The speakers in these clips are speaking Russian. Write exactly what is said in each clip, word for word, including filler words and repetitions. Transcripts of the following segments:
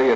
Поехали.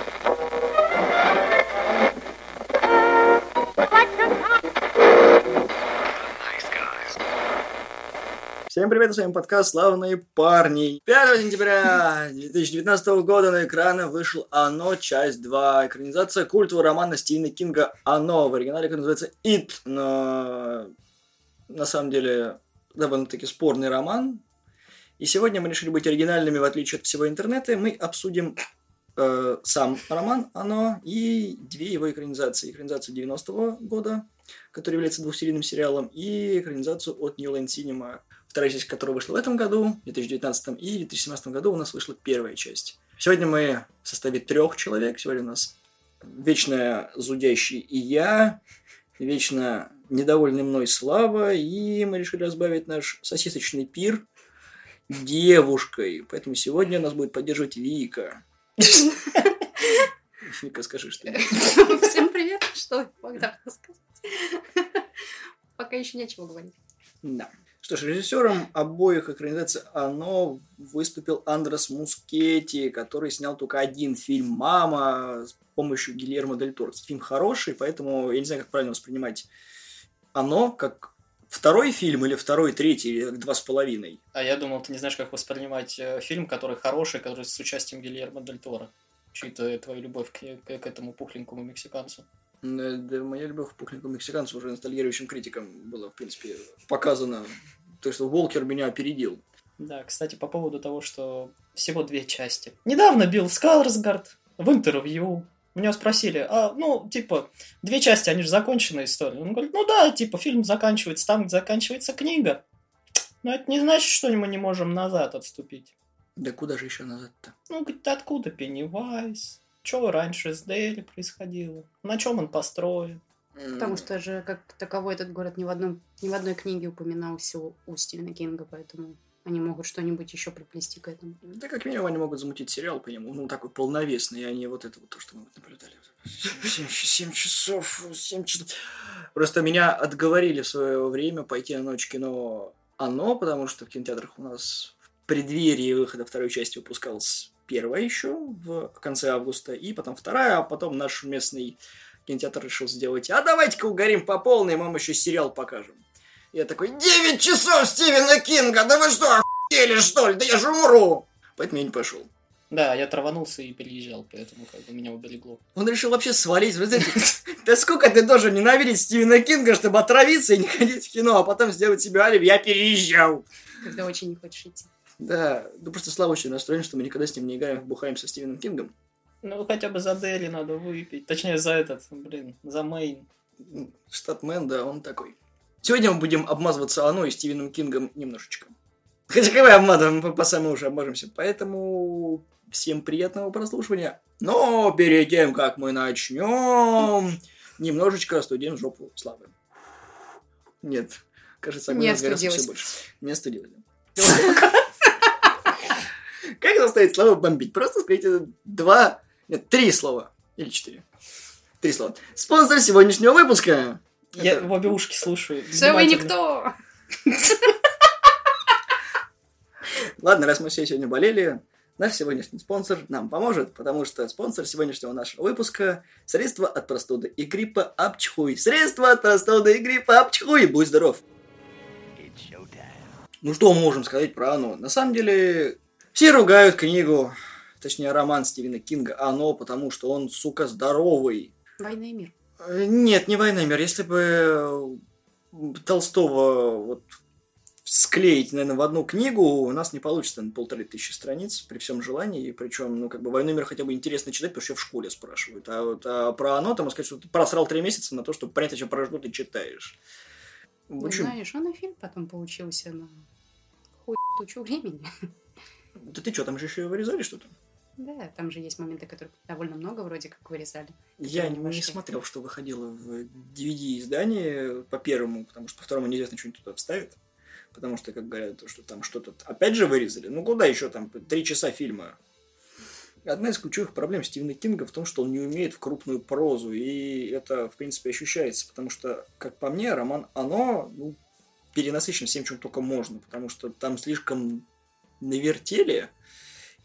Всем привет, с вами подкаст «Славные парни». пятого сентября две тысячи девятнадцатого года на экраны вышел «Оно. Часть два». Экранизация культового романа Стивена Кинга «Оно». В оригинале это называется «It», но на самом деле довольно-таки спорный роман. И сегодня мы решили быть оригинальными, в отличие от всего интернета. Мы обсудим э, сам роман «Оно» и две его экранизации. Экранизацию девяностого года, который является двухсерийным сериалом, и экранизацию от New Line Cinema, вторая часть, которая вышла в этом году, в две тысячи девятнадцатом, и в две тысячи семнадцатом году у нас вышла первая часть. Сегодня мы в составе трех человек. Сегодня у нас вечно зудящий и я, вечно недовольный мной Слава, и мы решили разбавить наш сосисочный пир девушкой. Поэтому сегодня нас будет поддерживать Вика. Вика, скажи что-нибудь. Всем привет. Что Богдан сказать? Пока еще нечего говорить. Да. Что ж, режиссером обоих экранизаций «Оно» выступил Андрес Мускетти, который снял только один фильм «Мама» с помощью Гильермо Дель Торо. Фильм хороший, поэтому я не знаю, как правильно воспринимать «Оно», как второй фильм или второй, третий, или два с половиной. А я думал, ты не знаешь, как воспринимать э, фильм, который хороший, который с участием Гильермо Дель Торо, учитывая твою любовь к, к, к этому пухленькому мексиканцу. Да, моя любовь к пухленькому мексиканцу уже ностальгирующим критикам была, в принципе, показана. То, что Волкер меня опередил. Да, кстати, по поводу того, что всего две части. Недавно Билл Скарсгард в интервью у него спросили, а, ну, типа, две части, они же законченная история. Он говорит, ну да, типа, фильм заканчивается там, где заканчивается книга. Но это не значит, что мы не можем назад отступить. Да куда же еще назад-то? Ну, говорит, откуда Пеннивайз? Что раньше с Дейли происходило? На чем он построен? Потому что же, как таковой, этот город ни в, одном, ни в одной книге упоминался у, у Стивена Кинга, поэтому они могут что-нибудь еще приплести к этому. Да, как минимум, они могут замутить сериал по нему, ну, такой полновесный, а не вот это вот то, что мы вот наблюдали. семь часов, семь часов. Просто меня отговорили в свое время пойти на ночь кино «Оно», потому что в кинотеатрах у нас в преддверии выхода второй части выпускалась первая еще в конце августа, и потом вторая, а потом наш местный кинотеатр решил сделать, а давайте-ка угорим по полной, мы вам еще сериал покажем. Я такой, девять часов Стивена Кинга, да вы что, охуели что ли, да я же умру. Поэтому я не пошел. Да, я траванулся и переезжал, поэтому как бы меня уберегло. Он решил вообще свалить, вы знаете, да сколько ты должен ненавидеть Стивена Кинга, чтобы отравиться и не ходить в кино, а потом сделать себе алиби, я переезжал. Когда очень не хочешь идти. Да, ну просто Слава очень настроен, что мы никогда с ним не играем, бухаем со Стивеном Кингом. Ну, хотя бы за Дели надо выпить. Точнее, за этот, блин, за Мэйн. Штатмен, да, он такой. Сегодня мы будем обмазываться «Оно» и Стивеном Кингом немножечко. Хотя какой обмазываем, мы по самому уже обмажемся. Поэтому всем приятного прослушивания. Но перед тем, как мы начнем, немножечко остудим жопу Славы. Нет, кажется, огонь разгорается все больше. Не остудилось. Как заставить Славу бомбить? Просто скажите два... Нет, три слова. Или четыре. Три слова. Спонсор сегодняшнего выпуска. Я Это... в обе ушки слушаю. Все вы никто! Ладно, раз мы все сегодня болели, наш сегодняшний спонсор нам поможет, потому что спонсор сегодняшнего нашего выпуска – средства от простуды и гриппа Апчхуй. Средства от простуды и гриппа Апчхуй. Будь здоров. Ну что мы можем сказать про «Оно»? На самом деле, все ругают книгу, точнее роман Стивена Кинга «Оно», потому что он, сука, здоровый. «Война и мир». Нет, не «Война и мир». Если бы Толстого вот склеить, наверное, в одну книгу, у нас не получится на полторы тысячи страниц при всем желании. И причем, ну, как бы «Войну и мир» хотя бы интересно читать, потому что в школе спрашивают. А вот а про «Оно» там сказать, что ты просрал три месяца на то, чтобы понять, о чем про что ты читаешь. Ну, общем... знаешь, он и фильм потом получился на хуй тучу времени. Да ты что, там же еще и вырезали что-то? Да, там же есть моменты, которые довольно много вроде как вырезали. Я не, не смотрел, что выходило в ди ви ди-издании по первому, потому что по второму неизвестно, что-нибудь туда вставят. Потому что, как говорят, что там что-то опять же вырезали. Ну, куда еще там? Три часа фильма. Одна из ключевых проблем Стивена Кинга в том, что он не умеет в крупную прозу. И это, в принципе, ощущается. Потому что, как по мне, роман «Оно» ну, перенасыщен всем, чем только можно. Потому что там слишком навертели.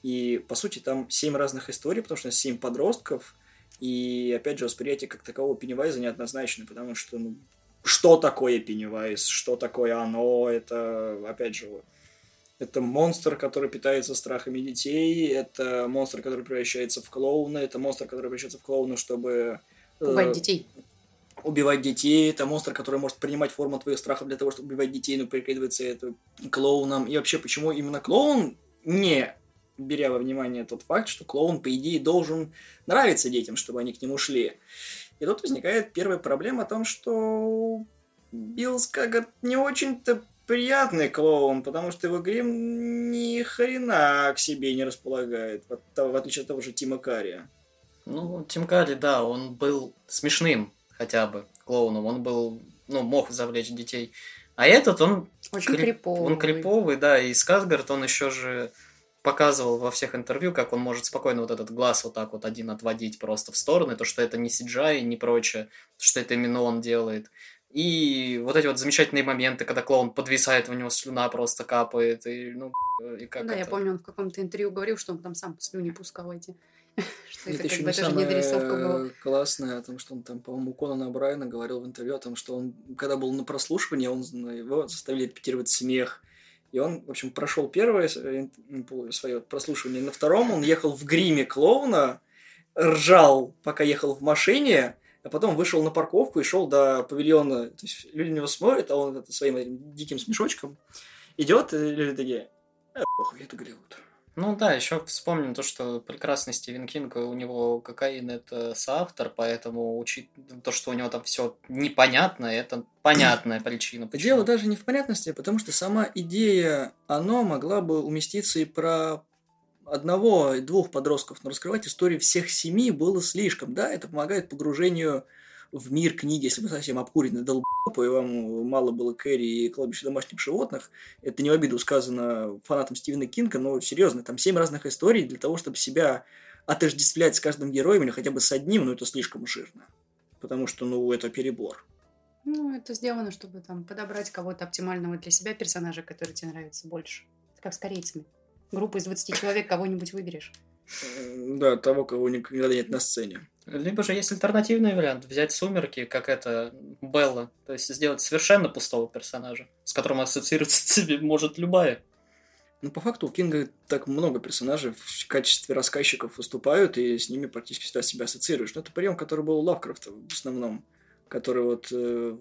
И, по сути, там семь разных историй, потому что семь подростков, и, опять же, восприятие как такового Пеннивайза неоднозначно, потому что, ну, что такое Пеннивайз, что такое оно, это, опять же, это монстр, который питается страхами детей, это монстр, который превращается в клоуна, это монстр, который превращается в клоуна, чтобы... Пугать э, детей. Убивать детей, это монстр, который может принимать форму твоих страхов для того, чтобы убивать детей, но прикидывается это клоуном. И вообще, почему именно клоун, не беря во внимание тот факт, что клоун, по идее, должен нравиться детям, чтобы они к нему шли. И тут возникает первая проблема о том, что Билл Скаггард не очень-то приятный клоун, потому что его грим ни хрена к себе не располагает, в, в отличие от того же Тима Карри. Ну, Тим Карри, да, он был смешным хотя бы клоуном, он был, ну, мог завлечь детей. А этот, он... Очень крип... криповый. Он криповый, да, и Скаггард, он еще же показывал во всех интервью, как он может спокойно вот этот глаз вот так вот один отводить просто в стороны, то, что это не си джи ай и не прочее, что это именно он делает. И вот эти вот замечательные моменты, когда клоун подвисает, у него слюна просто капает, и, ну, и как Да, это... я помню, он в каком-то интервью говорил, что он там сам слюни пускал эти. Что Это это еще как не бы даже не дорисовка была. самое классное, о том, что он там, по-моему, у Конана Брайана говорил в интервью о том, что он, когда был на прослушивании, он его заставили репетировать смех. И он, в общем, прошел первое свое прослушивание. На втором он ехал в гриме клоуна, ржал, пока ехал в машине, а потом вышел на парковку и шел до павильона. То есть люди на него смотрят, а он это своим этим диким смешочком идет, и люди такие: «Э, похуй, это Голливуд». Ну да, еще вспомним то, что прекрасный Стивен Кинг, у него кокаин это соавтор, поэтому учит... то, что у него там все непонятно, это понятная причина. Почему. Дело даже не в понятности, потому что сама идея «Оно» могла бы уместиться и про одного и двух подростков, но раскрывать историю всех семи было слишком. Да, это помогает погружению в мир книги, если вы совсем обкурены долб***п, и вам мало было Кэрри и кладбище домашних животных. Это не в обиду сказано фанатам Стивена Кинга, но серьезно, там семь разных историй для того, чтобы себя отождествлять с каждым героем или хотя бы с одним, но это слишком жирно. Потому что, ну, это перебор. Ну, это сделано, чтобы там подобрать кого-то оптимального для себя персонажа, который тебе нравится больше. Это как с корейцами. Группа из двадцати человек, кого-нибудь выберешь. Да, того, кого никогда нет на сцене. Либо же есть альтернативный вариант, взять «Сумерки», как это Белла, то есть сделать совершенно пустого персонажа, с которым ассоциироваться тебе может любая. Ну, по факту у Кинга так много персонажей в качестве рассказчиков выступают, и с ними практически всегда себя ассоциируешь. Но это прием, который был у Лавкрафта в основном, который вот э,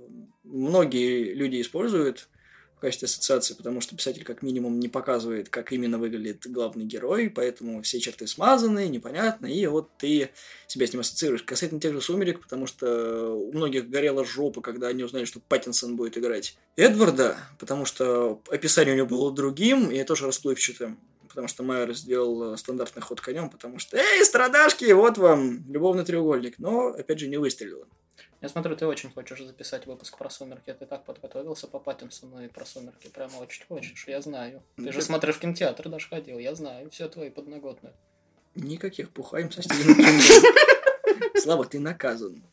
многие люди используют в качестве ассоциации, потому что писатель как минимум не показывает, как именно выглядит главный герой, поэтому все черты смазаны, непонятно, и вот ты себя с ним ассоциируешь. Касательно тех же «Сумерек», потому что у многих горела жопа, когда они узнали, что Паттинсон будет играть Эдварда, потому что описание у него было другим, и тоже расплывчатым, потому что Майер сделал стандартный ход конем, потому что «Эй, страдашки, вот вам любовный треугольник», но, опять же, не выстрелило. Я смотрю, ты очень хочешь записать выпуск про «Сумерки». Ты так подготовился по Паттинсону и про «Сумерки». Прямо очень хочешь, я знаю. Ты Да. же смотришь в кинотеатр, даже ходил, я знаю. Все твои подноготные. Никаких пухаем со Стивеном Кингом. Слава, ты наказан.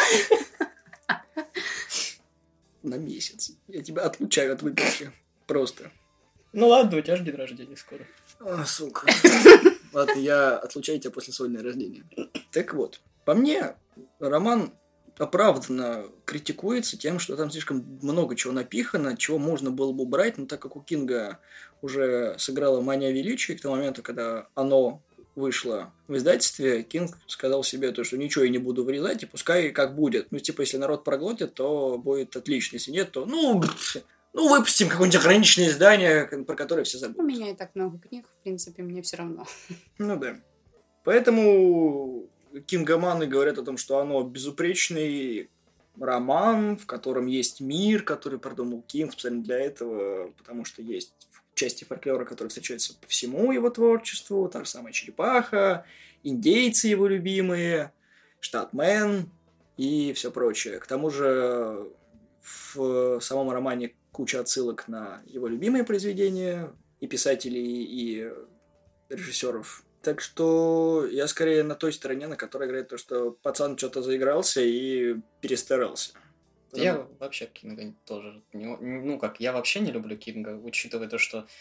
На месяц. Я тебя отлучаю от выпивки. Просто. Ну ладно, у тебя же день рождения скоро. О, сука. Ладно, я отлучаю тебя после своего дня рождения. Так вот, по мне, роман оправданно критикуется тем, что там слишком много чего напихано, чего можно было бы убрать, но так как у Кинга уже сыграла мания величия к тому моменту, когда оно вышло в издательстве, Кинг сказал себе то, что ничего я не буду вырезать, и пускай как будет. Ну, типа, если народ проглотит, то будет отлично. Если нет, то, ну, ну выпустим какое-нибудь ограниченное издание, про которое все забудут. У меня и так много книг, в принципе, мне все равно. Ну да. Поэтому кингоманы говорят о том, что оно безупречный роман, в котором есть мир, который придумал Кинг специально для этого, потому что есть части фольклора, которые встречаются по всему его творчеству, та же самая черепаха, индейцы его любимые, штат Мэн и все прочее. К тому же в самом романе куча отсылок на его любимые произведения и писателей, и режиссеров. Так что я скорее на той стороне, на которой играет то, что пацан что-то заигрался и перестарался. Я вообще Кинга тоже не... Ну как, я вообще не люблю Кинга, учитывая то, что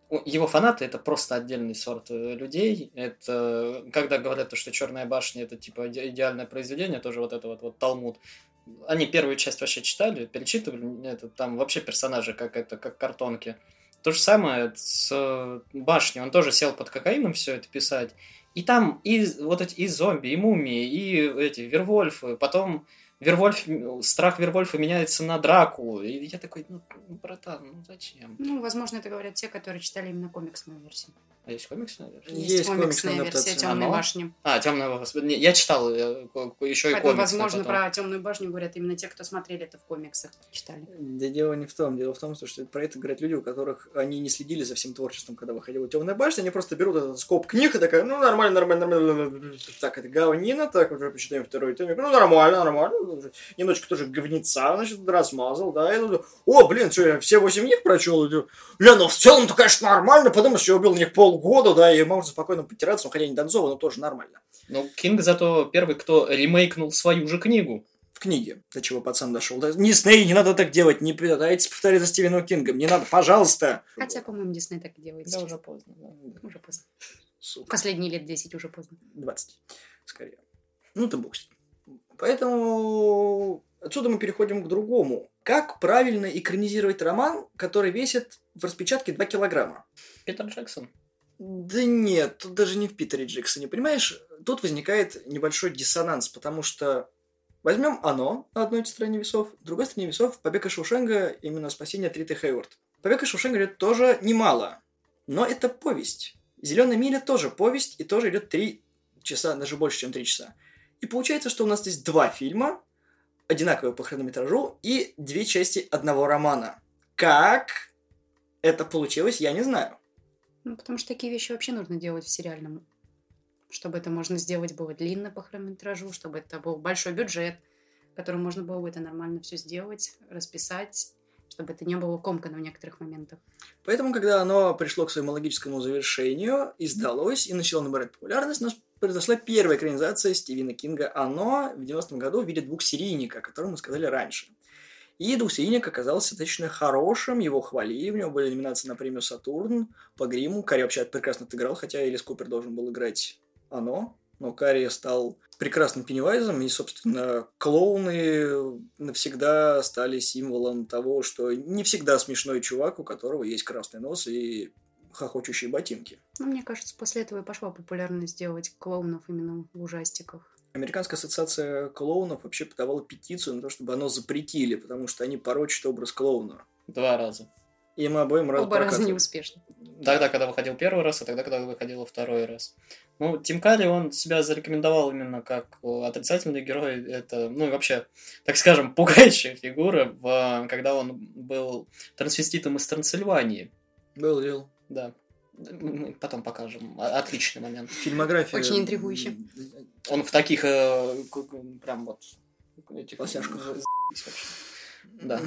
Его фанаты — это просто отдельный сорт людей. Это, когда говорят, что «Черная башня» — это типа идеальное произведение, тоже вот это вот, вот Талмуд. Они первую часть вообще читали, перечитывали, это, там вообще персонажи как это, как картонки. То же самое с «Башней». Он тоже сел под кокаином все это писать. И там и вот эти и зомби, и мумии, и эти Вервольфы. Потом Вервольф, страх Вервольфа меняется на Дракулу. И я такой, ну, братан, ну зачем? Ну, возможно, это говорят те, которые читали именно комиксную версию. А есть комиксная версия? Есть, Есть комиксная комиксная версия адаптация. «Темной Оно? башни». А, «Темная башня». Не, я читал э, ко- еще и Поэтому, комикс. возможно, про «Темную башню» говорят именно те, кто смотрели это в комиксах, читали. Да дело не в том. Дело в том, что про это говорят люди, у которых они не следили за всем творчеством, когда выходила «Темная башня». Они просто берут этот скоп книг и такая, ну, нормально, нормально, нормально. Так, это говнина, так, уже почитаем второй томик. Ну, нормально, нормально. Немножечко тоже говнеца, значит, размазал, да. И, о, блин, что, я все восемь книг прочел? Бля, ну, в целом-то, конечно, нормально, потому что я убил у них полгода, да, и можно спокойно потираться, ну, хотя не Донцова, но тоже нормально. Ну, Кинг зато первый, кто ремейкнул свою же книгу. В книге, до чего пацан дошел. Да, Дисней, не надо так делать, не пытайтесь повторить за Стивеном Кингом, не надо, пожалуйста. Хотя, по-моему, Дисней так и делает Да, сейчас. уже поздно. Да. Уже поздно. Сука. Последние лет десять уже поздно. двадцать, скорее. Ну, ты бог с ним. Поэтому отсюда мы переходим к другому. Как правильно экранизировать роман, который весит в распечатке два килограмма? Питер Джексон. Да нет, тут даже не в Питере Джексоне, понимаешь? Тут возникает небольшой диссонанс, потому что возьмем «Оно» на одной стороне весов, на другой стороне весов «Побег из Шоушенка», именно «Спасение» Риты Хейворд. «Побег из Шоушенка» идет тоже немало, но это повесть. «Зеленая миля» тоже повесть, и тоже идет три часа, даже больше, чем три часа. И получается, что у нас есть два фильма, одинаковые по хронометражу, и две части одного романа. Как это получилось, я не знаю. Ну, потому что такие вещи вообще нужно делать в сериальном. Чтобы это можно сделать было длинно по хронометражу, чтобы это был большой бюджет, которым можно было бы это нормально все сделать, расписать, чтобы это не было комкано в некоторых моментах. Поэтому, когда оно пришло к своему логическому завершению, издалось и начало набирать популярность, у нас произошла первая экранизация Стивена Кинга «Оно» в девяностом году в виде двухсерийника, о котором мы сказали раньше. И двухсерийник оказался достаточно хорошим, его хвалили, у него были номинации на премию «Сатурн», по гриму. Карри вообще прекрасно отыграл, хотя Элис Купер должен был играть «Оно», но Карри стал прекрасным Пеннивайзом, и, собственно, клоуны навсегда стали символом того, что не всегда смешной чувак, у которого есть красный нос и хохочущие ботинки. Ну, мне кажется, после этого и пошла популярность делать клоунов именно в ужастиках. Американская ассоциация клоунов вообще подавала петицию на то, чтобы оно запретили, потому что они порочат образ клоуна. Два раза. И мы обоим раз Оба раза прокатывали. неуспешно. Тогда, когда выходил первый раз, а тогда, когда выходил второй раз. Ну, Тим Карри, он себя зарекомендовал именно как отрицательный герой. Это, ну, и вообще, так скажем, пугающая фигура, в, когда он был трансвеститом из Трансильвании. Был дел. Да. Мы потом покажем. Отличный момент. Фильмография. Очень интригующе. Он в таких э, прям вот этих Лосяшках. за***ись вообще. Да.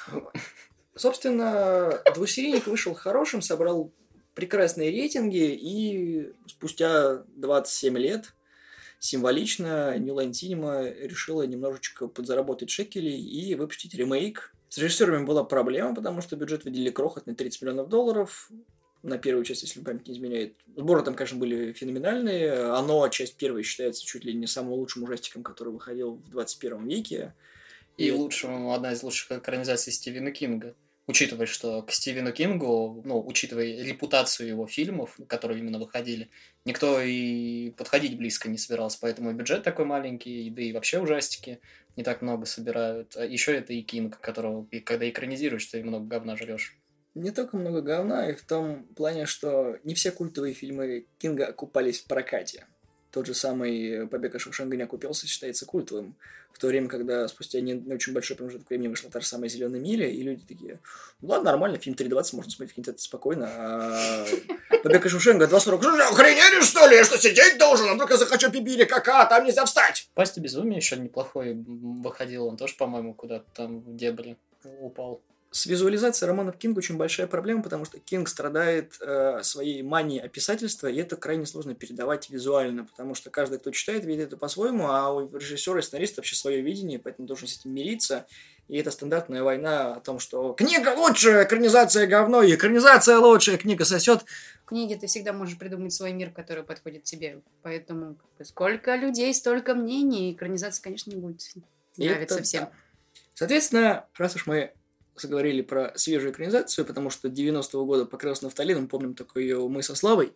Собственно, двухсерийник вышел хорошим, собрал прекрасные рейтинги, и спустя двадцать семь лет символично New Line Cinema решила немножечко подзаработать шекелей и выпустить ремейк. С режиссерами была проблема, потому что бюджет выделили крохотный тридцать миллионов долларов. На первую часть, если память не изменяет. Сборы там, конечно, были феноменальные. Оно, часть первая, считается чуть ли не самым лучшим ужастиком, который выходил в двадцать первом веке. И, и лучшим, одна из лучших экранизаций Стивена Кинга. Учитывая, что к Стивену Кингу, ну, учитывая репутацию его фильмов, которые именно выходили, никто и подходить близко не собирался, поэтому и бюджет такой маленький, да и вообще ужастики не так много собирают. А еще это и Кинг, которого, когда экранизируешь, ты много говна жрешь. Не только много говна, и в том плане, что не все культовые фильмы Кинга окупались в прокате. Тот же самый «Побег из Шоушенка» не окупился, считается культовым. В то время, когда спустя не, не очень большой промежуток времени вышла та же самая «Зеленая миля», и люди такие, ну ладно, нормально, фильм три двадцать, можно смотреть в спокойно, а «Побег из Шоушенка» два сорок, что же, охренели, что ли? Я что, сидеть должен? А вдруг я захочу пипи кака, там нельзя встать! «Пасть безумия» еще неплохой выходил, он тоже, по-моему, куда-то там в дебри упал. С визуализацией романов Кинга очень большая проблема, потому что Кинг страдает э, своей манией описательства, и это крайне сложно передавать визуально, потому что каждый, кто читает, видит это по-своему, а у режиссера и сценариста вообще свое видение, поэтому должен с этим мириться. И это стандартная война о том, что книга лучше, экранизация говно, и экранизация лучше, книга сосет. В книге ты всегда можешь придумать свой мир, который подходит тебе. Поэтому как бы, сколько людей, столько мнений. Экранизация, конечно, не будет нравиться Это всем. да. Соответственно, раз уж мы заговорили про свежую экранизацию, потому что девяностого года «Покрылась нафталином», помним только ее мы со Славой.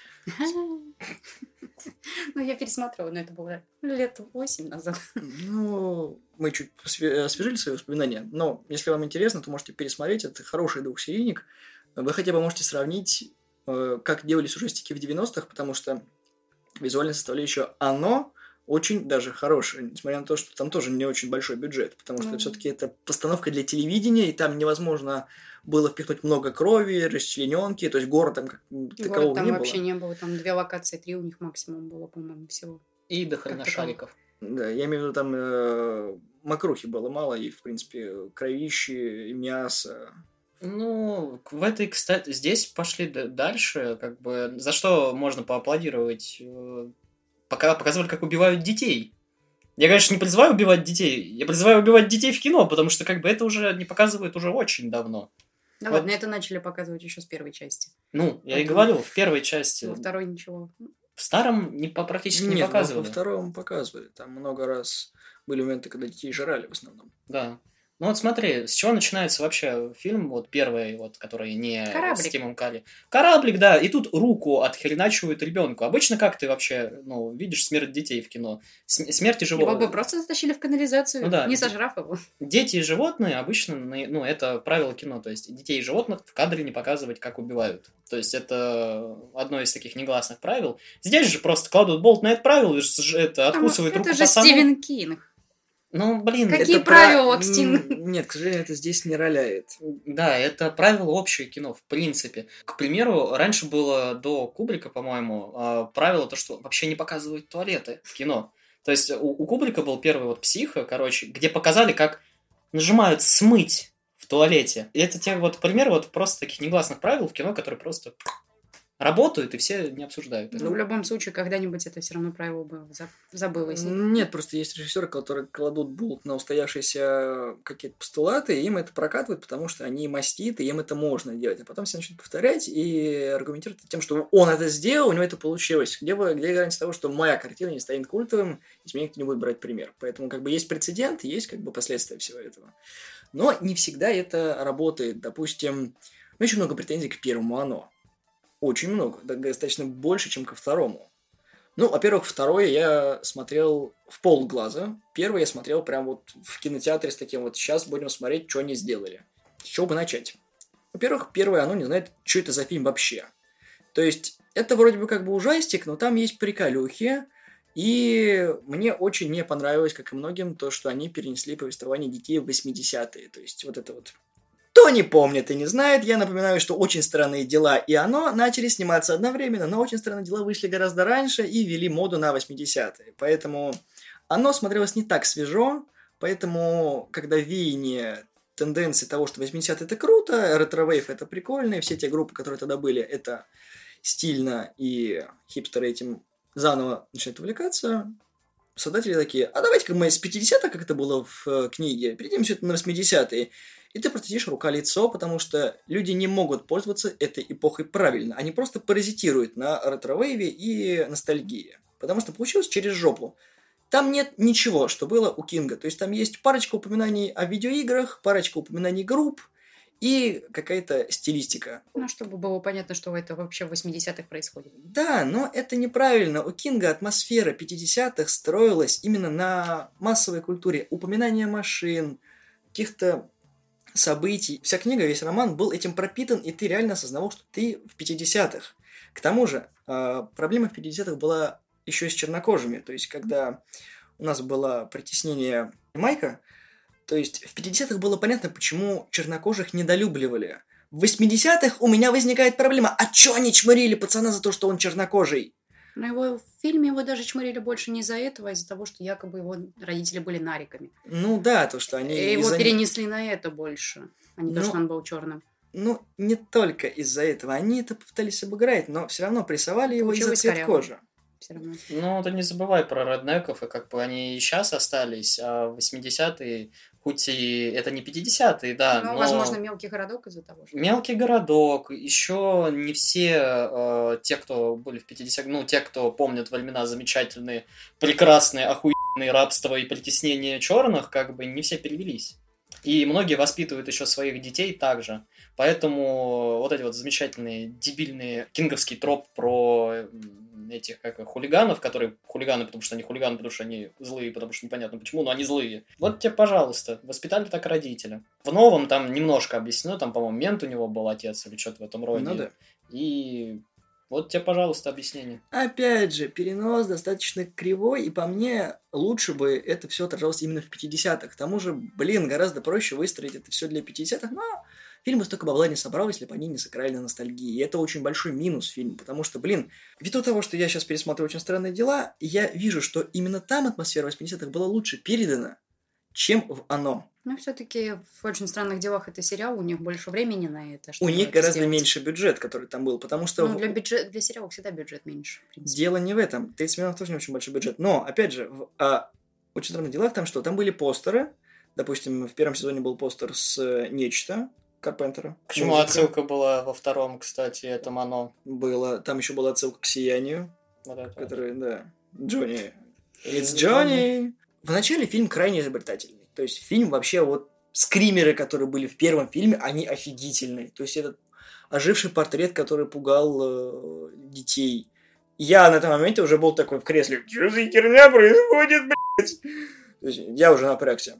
Ну, я пересматривала, но это было лет восемь назад. Ну, мы чуть освежили свои воспоминания, но если вам интересно, то можете пересмотреть. Это хороший двухсерийник. Вы хотя бы можете сравнить, как делались ужастики в девяностых, потому что визуальная составляющая «Оно» очень даже хорошая, несмотря на то, что там тоже не очень большой бюджет, потому что mm-hmm. все-таки это постановка для телевидения, и там невозможно было впихнуть много крови, расчлененки, то есть города там как такового там не вообще было. не было, там две локации, три у них максимум было, по-моему, всего. И до хрена шариков. Да, я имею в виду, там э, мокрухи было мало, и, в принципе, кровищи, и мясо. Ну, в этой, кстати, здесь пошли дальше, как бы, за что можно поаплодировать. Пока показывали, как убивают детей. Я, конечно, не призываю убивать детей. Я призываю убивать детей в кино, потому что как бы это уже не показывают уже очень давно. Да вот. Ладно, это начали показывать еще с первой части. Ну, я Потом... и говорю, в первой части. Во второй ничего. В старом не, практически Нет, не показывали. Во втором показывали. Там много раз были моменты, когда детей жрали в основном. Да. Ну вот смотри, с чего начинается вообще фильм, вот первый, вот, который не Кораблик. С Тимом Карри. Кораблик, да, и тут руку отхреначивают ребенку. Обычно как ты вообще, ну, видишь смерть детей в кино? См- смерти животных. Его бы просто затащили в канализацию, ну, да. не сожрав его. Дети и животные обычно, ну, это правило кино, то есть детей и животных в кадре не показывать, как убивают. То есть это одно из таких негласных правил. Здесь же просто кладут болт на это правило, это откусывают это руку же пацану. Стивен Кинг. Ну, блин, Какие это правила, про... Окстин? Нет, к сожалению, это здесь не роляет. Да, это правило общее кино, в принципе. К примеру, раньше было до Кубрика, по-моему, правило то, что вообще не показывают туалеты в кино. То есть у, у Кубрика был первый вот «Психо», короче, где показали, как нажимают «смыть» в туалете. И это те вот примеры вот просто таких негласных правил в кино, которые просто работают, и все не обсуждают это. Ну, в любом случае, когда-нибудь это все равно правило бы забылось. Нет, просто есть режиссеры, которые кладут болт на устоявшиеся какие-то постулаты, и им это прокатывают, потому что они маститы, и им это можно делать. А потом все начнут повторять и аргументировать тем, что он это сделал, у него это получилось. Где, где гарантия того, что моя картина не станет культовым, и с меня никто не будет брать пример. Поэтому как бы есть прецедент, есть как бы последствия всего этого. Но не всегда это работает. Допустим, у меня очень много претензий к первому «Оно». Очень много, достаточно больше, чем ко второму. Ну, во-первых, второе я смотрел в полглаза. Первый я смотрел прям вот в кинотеатре с таким вот «сейчас будем смотреть, что они сделали». С чего бы начать? Во-первых, первое «Оно» не знает, что это за фильм вообще. То есть, это вроде бы как бы ужастик, но там есть приколюхи. И мне очень не понравилось, как и многим, то, что они перенесли повествование детей в восьмидесятые. То есть, вот это вот... Кто не помнит и не знает, я напоминаю, что «Очень странные дела» и «Оно» начали сниматься одновременно, но «Очень странные дела» вышли гораздо раньше и ввели моду на восьмидесятые. Поэтому «Оно» смотрелось не так свежо, поэтому, когда веяние тенденции того, что восьмидесятые это круто, ретро-вейв это прикольно, и все те группы, которые тогда были, это стильно, и хипстеры этим заново начинают увлекаться, создатели такие: а давайте-ка мы с пятидесятых, как это было в книге, перейдем все это на восьмидесятые. И ты просто сидишь рука-лицо, потому что люди не могут пользоваться этой эпохой правильно. Они просто паразитируют на ретро-вейве и ностальгии. Потому что получилось через жопу. Там нет ничего, что было у Кинга. То есть там есть парочка упоминаний о видеоиграх, парочка упоминаний групп и какая-то стилистика. Ну, чтобы было понятно, что это вообще в восьмидесятых происходит. Да, но это неправильно. У Кинга атмосфера пятидесятых строилась именно на массовой культуре. Упоминания машин, каких-то событий. Вся книга, весь роман был этим пропитан, и ты реально осознавал, что ты в пятидесятых. К тому же, проблема в пятидесятых была еще с чернокожими. То есть, когда у нас было притеснение Майка, то есть в пятидесятых было понятно, почему чернокожих недолюбливали. В восьмидесятых у меня возникает проблема: а чё они чморили пацана за то, что он чернокожий? Но его в фильме его даже чмырили больше не из-за этого, а из-за того, что якобы его родители были нариками. Ну да, то, что они... И его из-за... перенесли на это больше, а не Ну, то, что он был черным. Ну, не только из-за этого. Они это попытались обыграть, но все равно прессовали его из-за Получилось цвет коряво. кожи. Все равно. Ну, ты не забывай про реднеков, и как бы они и сейчас остались, а восьмидесятые, хоть и это не пятидесятые, да, Ну, но... возможно, мелкий городок из-за того, что... Мелкий городок, еще не все э, те, кто были в пятидесятых, ну, те, кто помнят времена замечательные, прекрасные, охуенные рабства и притеснение черных, как бы не все перевелись. И многие воспитывают еще своих детей также. Поэтому вот эти вот замечательные, дебильные кинговский троп про этих как хулиганов, которые хулиганы, потому что они хулиганы, потому что они злые, потому что непонятно почему, но они злые. Вот тебе, пожалуйста, воспитали так родители. В новом там немножко объяснено, там, по-моему, мент у него был отец или что-то в этом роде. Ну да. И вот тебе, пожалуйста, объяснение. Опять же, перенос достаточно кривой, и по мне лучше бы это все отражалось именно в пятидесятых. К тому же, блин, гораздо проще выстроить это все для пятидесятых, но фильм бы столько бабла не собрал, если бы они не сыграли на ностальгии. И это очень большой минус фильма, потому что, блин, ввиду того, что я сейчас пересматриваю «Очень странные дела», я вижу, что именно там атмосфера восьмидесятых была лучше передана, чем в «Оно». Ну, все-таки в «Очень странных делах» это сериал, у них больше времени на это. У них это гораздо сделать. меньше бюджет, который там был, потому что... Ну, для, бюджет, для сериала всегда бюджет меньше, в принципе. Дело не в этом. тридцать миллионов тоже не очень большой бюджет. Но, опять же, в а, «Очень странных делах» там что? Там были постеры. Допустим, в первом сезоне был постер с э, «Нечто» Карпентера. К чему Музыка. отсылка была во втором, кстати, это «Оно». Было. Там еще была отсылка к «Сиянию», Вот это. который, да, Джонни. It's It's Johnny. Вначале фильм крайне изобретательный. То есть фильм вообще вот скримеры, которые были в первом фильме, они офигительные. То есть этот оживший портрет, который пугал э, детей. Я на этом моменте уже был такой в кресле. Что за херня происходит, блядь? То есть я уже напрягся.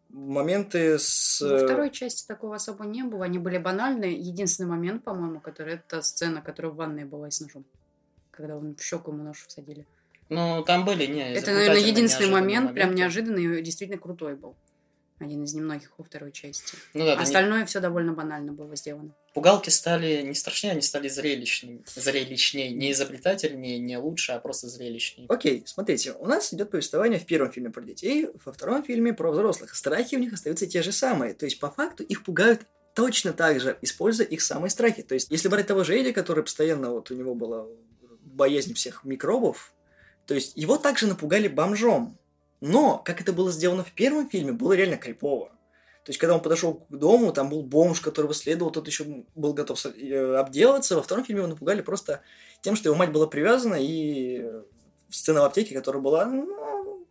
Моменты с... Во второй части такого особо не было, они были банальные. Единственный момент, по-моему, который это сцена, которая в ванной была с ножом. Когда он в щеку ему нож всадили. Ну, там были не Это, наверное, единственный неожиданные момент, прям моменты. неожиданный и действительно крутой был. Один из немногих во второй части. Ну да, да, Остальное все довольно банально было сделано. пугалки стали не страшнее, они стали зрелищными. Зрелищней. Не изобретательнее, не лучше, а просто зрелищней. Окей, смотрите, у нас идет повествование в первом фильме про детей, во втором фильме про взрослых. Страхи у них остаются те же самые. То есть, по факту, их пугают точно так же, используя их самые страхи. То есть, если брать того же Эдди, который постоянно, вот у него была боязнь всех микробов, то есть, его также напугали бомжом. Но, как это было сделано в первом фильме, было реально крипово. То есть, когда он подошел к дому, там был бомж, которого следовал, тот еще был готов обделаться. Во втором фильме его напугали просто тем, что его мать была привязана, и сцена в аптеке, которая была... Ну,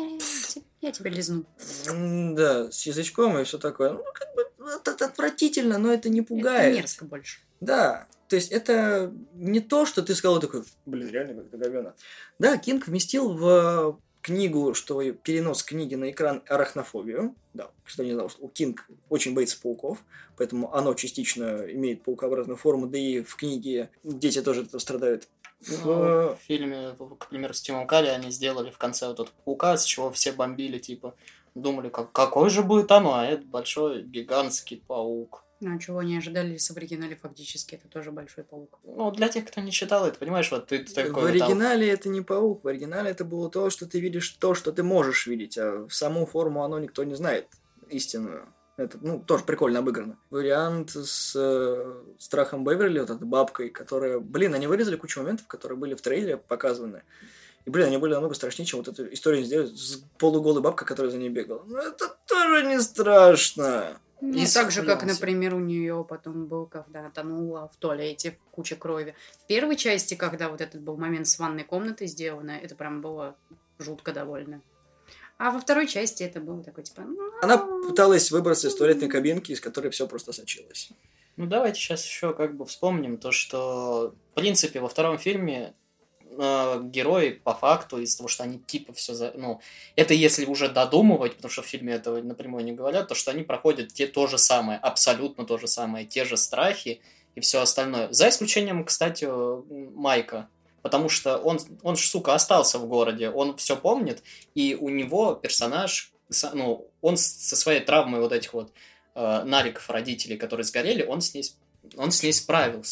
Я тебя лизну. да, с язычком и все такое. Ну, как бы, это отвратительно, но это не пугает. Это мерзко больше. Да, то есть это не то, что ты сказал такой, блин, реально как-то говёно. Да, Кинг вместил в книгу, что перенос книги на экран арахнофобию. Да, кто не знал, что Кинг очень боится пауков, поэтому оно частично имеет паукообразную форму, да и в книге дети тоже от этого страдают. Ну, в фильме, к примеру, с Тимом Карри они сделали в конце вот этот паука, с чего все бомбили, типа, думали, как, какой же будет оно, а это большой гигантский паук. Ну, чего они ожидали в оригинале фактически, это тоже большой паук. Ну, для тех, кто не читал это, понимаешь, вот ты такой... В оригинале это не паук, в оригинале это было то, что ты видишь, то, что ты можешь видеть, а в саму форму оно никто не знает, истинную. Это, ну, тоже прикольно обыграно. Вариант с э, Страхом Беверли, вот этой бабкой, которая... Блин, они вырезали кучу моментов, которые были в трейлере показаны. И, блин, они были намного страшнее, чем вот эту историю сделать с полуголой бабкой, которая за ней бегала. Ну, это тоже не страшно. Ну, И так же, как, схуялся. например, у нее потом был, когда она тонула в туалете, куча крови. В первой части, когда вот этот был момент с ванной комнатой сделано, это прям было жутко довольно. А во второй части это было такое, типа... Она пыталась выбраться из туалетной кабинки, из которой все просто сочилось. Ну, давайте сейчас еще как бы вспомним то, что, в принципе, во втором фильме э, герои по факту, из-за того, что они типа все... За... Ну, это если уже додумывать, потому что в фильме этого напрямую не говорят, то, что они проходят те, то же самое, абсолютно то же самое, те же страхи и все остальное. За исключением, кстати, Майка. Потому что он, он ж, сука, остался в городе, он все помнит, и у него персонаж, ну, он со своей травмой вот этих вот э, нариков родителей, которые сгорели, он с ней, он с ней справился.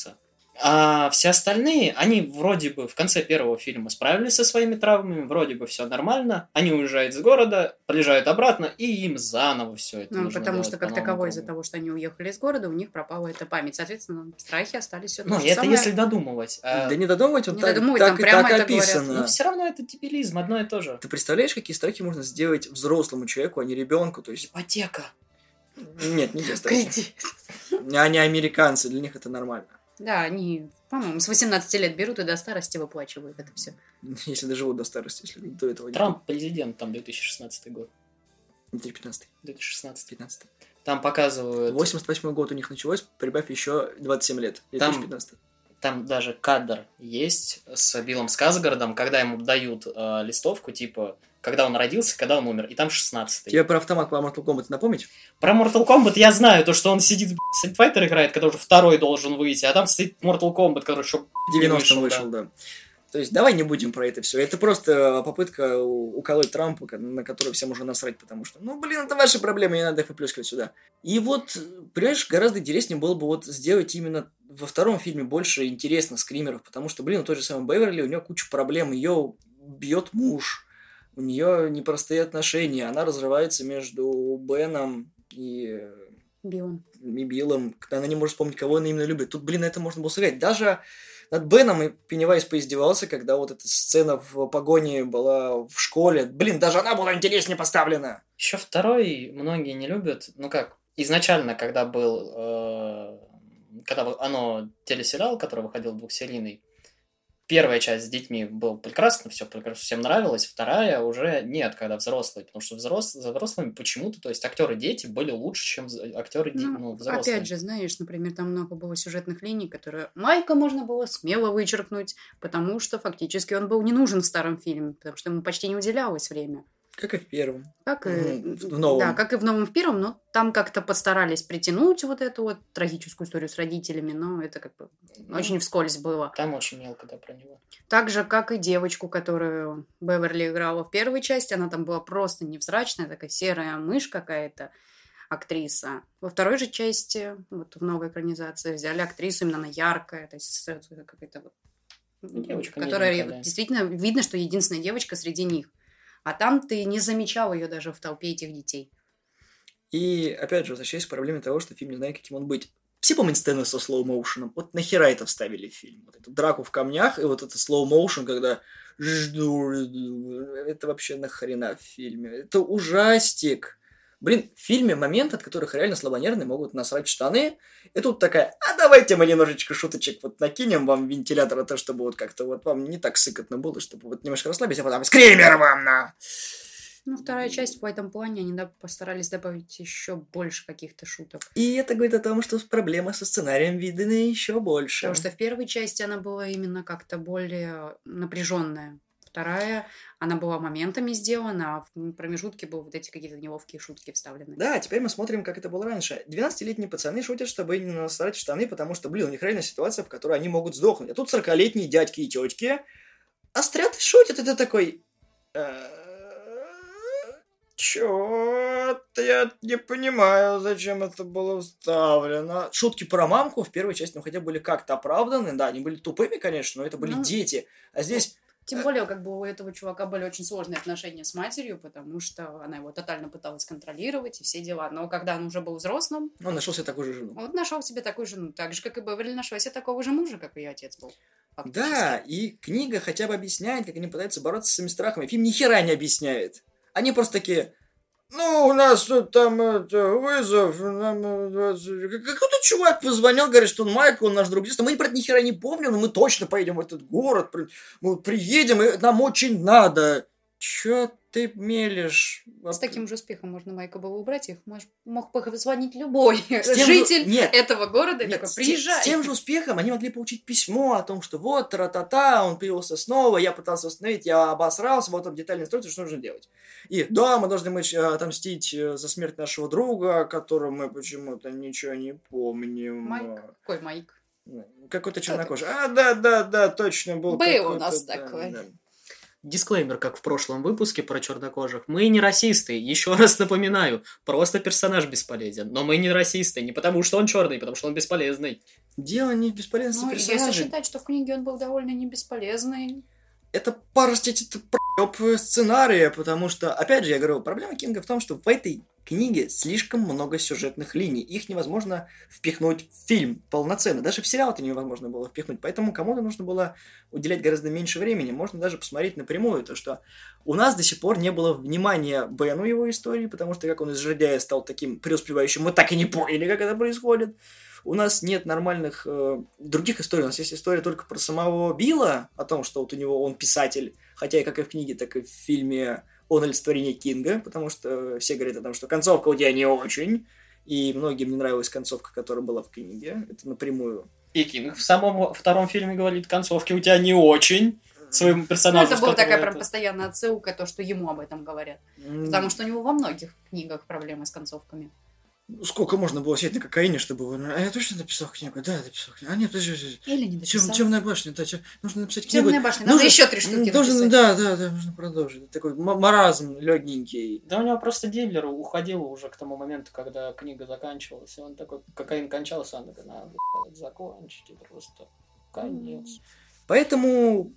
А все остальные, они вроде бы в конце первого фильма справились со своими травмами, вроде бы все нормально, они уезжают из города, приезжают обратно, и им заново все это Ну, нужно потому делать что, как по новому таковой, из-за кругу. того, что они уехали из города, у них пропала эта память. Соответственно, страхи остались все то Ну, же это самое. если додумывать. А... Да не додумывать, он Не так, додумывать, так там и прямо так это говорят. описано. Но все равно это дебилизм, одно и то же. Ты представляешь, какие страхи можно сделать взрослому человеку, а не ребенку? То есть... Ипотека. Нет, не те страхи. Кредит. Они американцы, для них это нормально. Да, они, по-моему, с восемнадцати лет берут и до старости выплачивают это все. Если доживут до старости, если до этого не... Трамп президент, там две тысячи шестнадцатый год. две тысячи пятнадцатый. две тысячи шестнадцатый. пятнадцатый. Там показывают... восемьдесят восьмой год у них началось, прибавь еще двадцать семь лет. две тысячи пятнадцатый. Там даже кадр есть с Биллом Скарсгардом, когда ему дают э, листовку, типа, когда он родился, когда он умер, и там шестнадцатый. Тебе про автомат по Mortal Kombat напомнить? Про Mortal Kombat я знаю, то, что он сидит, Street Fighter играет, когда уже второй должен выйти, а там стоит Mortal Kombat, который еще В девяностом вышел, да. да. То есть давай не будем про это все. Это просто попытка уколоть Трампа, на которую всем уже насрать, потому что, ну, блин, это ваши проблемы, не надо их выплескивать сюда. И вот, понимаешь, гораздо интереснее было бы вот сделать именно во втором фильме больше интересно скримеров, потому что, блин, у той же самой Беверли, у нее куча проблем, ее бьет муж, у нее непростые отношения, она разрывается между Беном и... Биллом. И Биллом, она не может вспомнить, кого она именно любит. Тут, блин, это можно было сыграть. Даже над Беном и Пеннивайз поиздевался, когда вот эта сцена в погоне была в школе. Блин, даже она была интереснее поставлена. Еще второй многие не любят. Ну как, изначально, когда был... Э, когда оно телесериал, который выходил двухсерийный, первая часть с детьми была прекрасно, все прекрасно, всем нравилось, вторая уже нет, когда взрослые, потому что взрос, за взрослыми почему-то, то есть актеры-дети были лучше, чем актеры ну, ну, взрослые. Опять же, знаешь, например, там много было сюжетных линий, которые Майка можно было смело вычеркнуть, потому что фактически он был не нужен в старом фильме, потому что ему почти не уделялось время. Как и в первом. Как и в новом. Да, как и в новом в первом, но там как-то постарались притянуть вот эту вот трагическую историю с родителями, но это как бы ну, очень вскользь было. Там очень мелко, да, про него. Так же, как и девочку, которую Беверли играла в первой части, она там была просто невзрачная, такая серая мышь какая-то, актриса. Во второй же части, вот в новой экранизации, взяли актрису, именно она яркая, то есть какая-то вот... Девочка которая миленькая, да. Действительно видно, что единственная девочка среди них. А там ты не замечал ее даже в толпе этих детей. И, опять же, возвращаясь к проблеме того, что фильм не знает, каким он быть. Все помнят сцену со слоу-моушеном? Вот нахера это вставили в фильм? Вот эту драку в камнях и вот это слоу-моушен, когда жду... Это вообще нахрена в фильме? Это ужастик. Блин, в фильме момент, от которых реально слабонервные могут насрать в штаны. И тут такая, а давайте мы немножечко шуточек вот накинем вам вентилятора, то, чтобы вот как-то вот вам не так сыкотно было, чтобы вот немножко расслабить, а потом скример вам на... Ну, вторая часть в этом плане, они постарались добавить еще больше каких-то шуток. И это говорит о том, что проблемы со сценарием видны еще больше. Потому что в первой части она была именно как-то более напряженная. Вторая, она была моментами сделана, а в промежутке были вот эти какие-то неловкие шутки вставлены. Да, теперь мы смотрим, как это было раньше. двенадцатилетние пацаны шутят, чтобы не насрать в штаны, потому что, блин, у них реально ситуация, в которой они могут сдохнуть. А тут сорокалетние дядьки и тетки острят и шутят, и ты такой... Чё-то я не понимаю, зачем это было вставлено. Шутки про мамку в первой части, ну, хотя были как-то оправданы. Да, они были тупыми, конечно, но это были ну, дети. А здесь... Тем более, как бы у этого чувака были очень сложные отношения с матерью, потому что она его тотально пыталась контролировать и все дела. Но когда он уже был взрослым... Он нашел себе такую же жену. Он нашел себе такую жену. Так же, как и Беверли нашла себе такого же мужа, как ее отец был. Фактически. Да, и книга хотя бы объясняет, как они пытаются бороться с своими страхами. Фильм ни хера не объясняет. Они просто такие... Ну, у нас тут там это, вызов, нам, какой-то чувак позвонил, говорит, что он Майкл, он наш друг детства. Мы про это ни хера не помним, но мы точно поедем в этот город, мы приедем, и нам очень надо. Чё ты мелешь? С таким же успехом можно Майка было убрать, их мож, мог позвонить любой же... житель Нет, этого города, нет, такой, приезжай. С тем же успехом они могли получить письмо о том, что вот, тра-та-та, он появился снова, я пытался остановить, я обосрался, вот там детальная инструкция, что нужно делать. И да, мы должны мы отомстить за смерть нашего друга, о котором мы почему-то ничего не помним. Майк? Какой Майк? Какой-то чернокожий. А, да, да, да, точно был. Был у нас да, такой. Да. Дисклеймер, как в прошлом выпуске про чернокожих. Мы не расисты, еще раз напоминаю. Просто персонаж бесполезен. Но мы не расисты, не потому что он черный, потому что он бесполезный. Дело не в бесполезности Ну, персонажей. если считать, что в книге он был довольно не бесполезный. Это парстить, это проеб сценария, потому что, опять же, я говорю, проблема Кинга в том, что в этой книге слишком много сюжетных линий. Их невозможно впихнуть в фильм полноценно. Даже в сериал это невозможно было впихнуть. Поэтому кому-то нужно было уделять гораздо меньше времени. Можно даже посмотреть напрямую, то что у нас до сих пор не было внимания Бену его истории, потому что как он из жердяя стал таким преуспевающим, мы так и не поняли, как это происходит. У нас нет нормальных э, других историй. У нас есть история только про самого Билла, о том, что вот у него он писатель, хотя и как и в книге, так и в фильме он олицетворение Кинга, потому что все говорят о том, что концовка у тебя не очень, и многим не нравилась концовка, которая была в книге. Это напрямую. И Кинг в самом втором фильме говорит, концовки у тебя не очень. Своему Ну, персонажу. это была такая это... прям постоянная отсылка, то, что ему об этом говорят. Потому что у него во многих книгах проблемы с концовками. Сколько можно было сидеть на кокаине, чтобы... А я точно написал книгу? Да, написал книгу. А нет, подожди, подожди. Или не дописал. Темная башня, да, тем... нужно написать книгу. Темная башня, надо еще три штуки должен, написать. Да, да, да, нужно продолжить. Такой маразм легенький. Да у него просто дилер уходил уже к тому моменту, когда книга заканчивалась. И он такой, кокаин кончался, он такой, надо закончить, и просто конец. Поэтому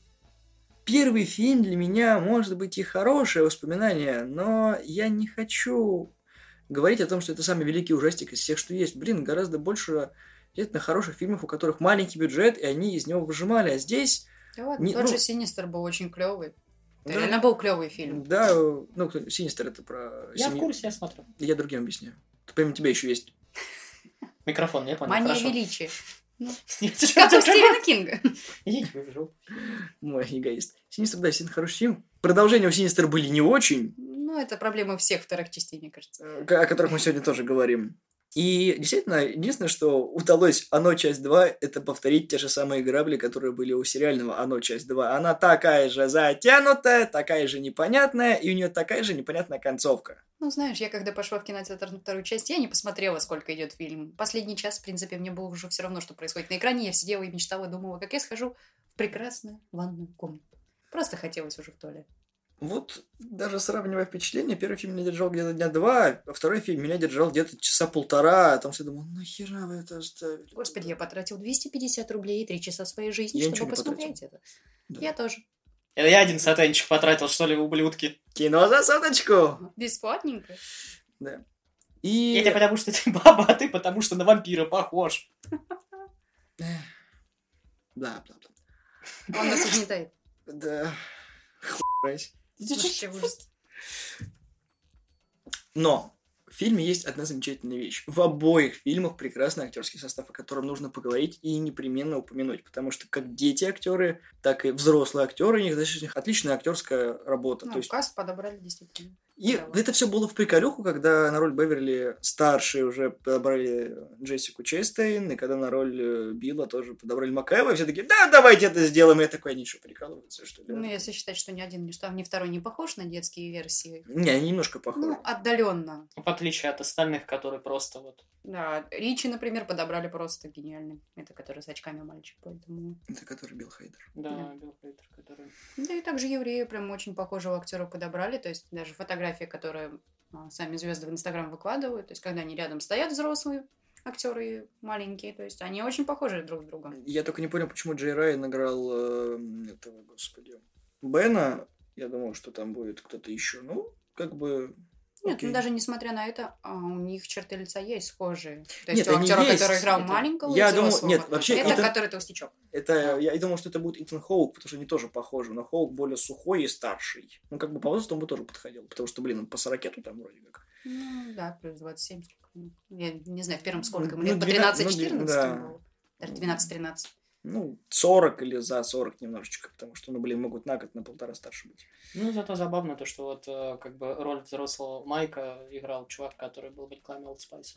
первый фильм для меня может быть и хорошее воспоминание, но я не хочу говорить о том, что это самый великий ужастик из всех, что есть. Блин, гораздо больше действительно хороших фильмов, у которых маленький бюджет, и они из него выжимали. А здесь... Да ладно, не, тот ну, же Синистер был очень клевый. Это да, реально был клевый фильм. Да, ну, Синистер это про... Я семью. в курсе, я смотрю. Я другим объясняю. Помимо тебя еще есть. Микрофон, я понял, Мания хорошо. величия. Ну, Нет, как у Стивена Кинга. Идите вы в жопу. Мой эгоист. Синистер, да, действительно хороший фильм. Продолжения у Синистер были не очень, Ну, это проблема всех вторых частей, мне кажется. о которых мы сегодня тоже говорим. И действительно, единственное, что удалось «Оно. Часть два», это повторить те же самые грабли, которые были у сериального «Оно. Часть два». Она такая же затянутая, такая же непонятная, и у нее такая же непонятная концовка. Ну, знаешь, я когда пошла в кинотеатр на вторую часть, я не посмотрела, сколько идет фильм. Последний час, в принципе, мне было уже все равно, что происходит на экране. Я сидела и мечтала, думала, как я схожу в прекрасную ванную комнату. Просто хотелось уже в туалет. Вот, даже сравнивая впечатления, первый фильм меня держал где-то дня два, а второй фильм меня держал где-то часа полтора, а там все думал, нахера вы это оставили? Господи, я потратил двести пятьдесят рублей и три часа своей жизни, Я чтобы ничего не посмотреть это. Да. Я тоже. Это я один сатанчик потратил, что ли, ублюдки. Кино за соточку! Бесплатненько. Да. Я И... тебя потому, что ты баба, а ты потому, что на вампира похож. Эх. Бла, бла, бла. Он нас угнетает. Да. Хуй. Вообще ужас. Но в фильме есть одна замечательная вещь. В обоих фильмах прекрасный актерский состав, о котором нужно поговорить и непременно упомянуть, потому что как дети актеры, так и взрослые актеры, у них достаточно отличная актерская работа. Ну, То есть... каст подобрали действительно. И Да, это все было в приколюху, когда на роль Беверли старшие уже подобрали Джессику Честейн, и когда на роль э, Билла тоже подобрали Макэва, и все такие, да, давайте это сделаем. И я такой, они что, прикалываются, что ли? Ну, если считать, что ни один, ни, что, ни второй не похож на детские версии. Не, они немножко похожи. Ну, отдаленно. В отличие от остальных, которые просто вот... Да, Ричи, например, подобрали просто гениальным. Это который с очками мальчик, поэтому... Это который Билл Хейдер. Да, Да. Билл Хейтер, который... Да и также евреи прям очень похожего актера подобрали. То есть даже фотографии, которые а, сами звезды в Инстаграм выкладывают, то есть когда они рядом стоят взрослые актеры маленькие, то есть они очень похожи друг с другом. Я только не понял, почему Джей Райан играл э, этого, господи, Бена. Я думал, что там будет кто-то еще. Ну, как бы... Нет, окей. ну даже несмотря на это, а, у них черты лица есть схожие. То Нет, есть у они актера, есть. который играл Это- маленького, Я и думал- взрослого. нет, вообще это Итан- который толстячок. Это, я и думал, что это будет Итан Хоук, потому что они тоже похожи. Но Хоук более сухой и старший. Ну, как бы по возрасту он бы тоже подходил. Потому что, блин, он по сорокету там вроде как. Ну да, плюс двадцать семь. Я не знаю, в первом сколько ему Ну, лет, по двенадцать, ну, тринадцать-четырнадцать да. было. Даже двенадцать-тринадцать. Ну, сорок или за сорок немножечко. Потому что, ну, блин, могут на год, на полтора старше быть. Ну, зато забавно то, что вот э, как бы роль взрослого Майка играл чувак, который был в рекламе Old Spice.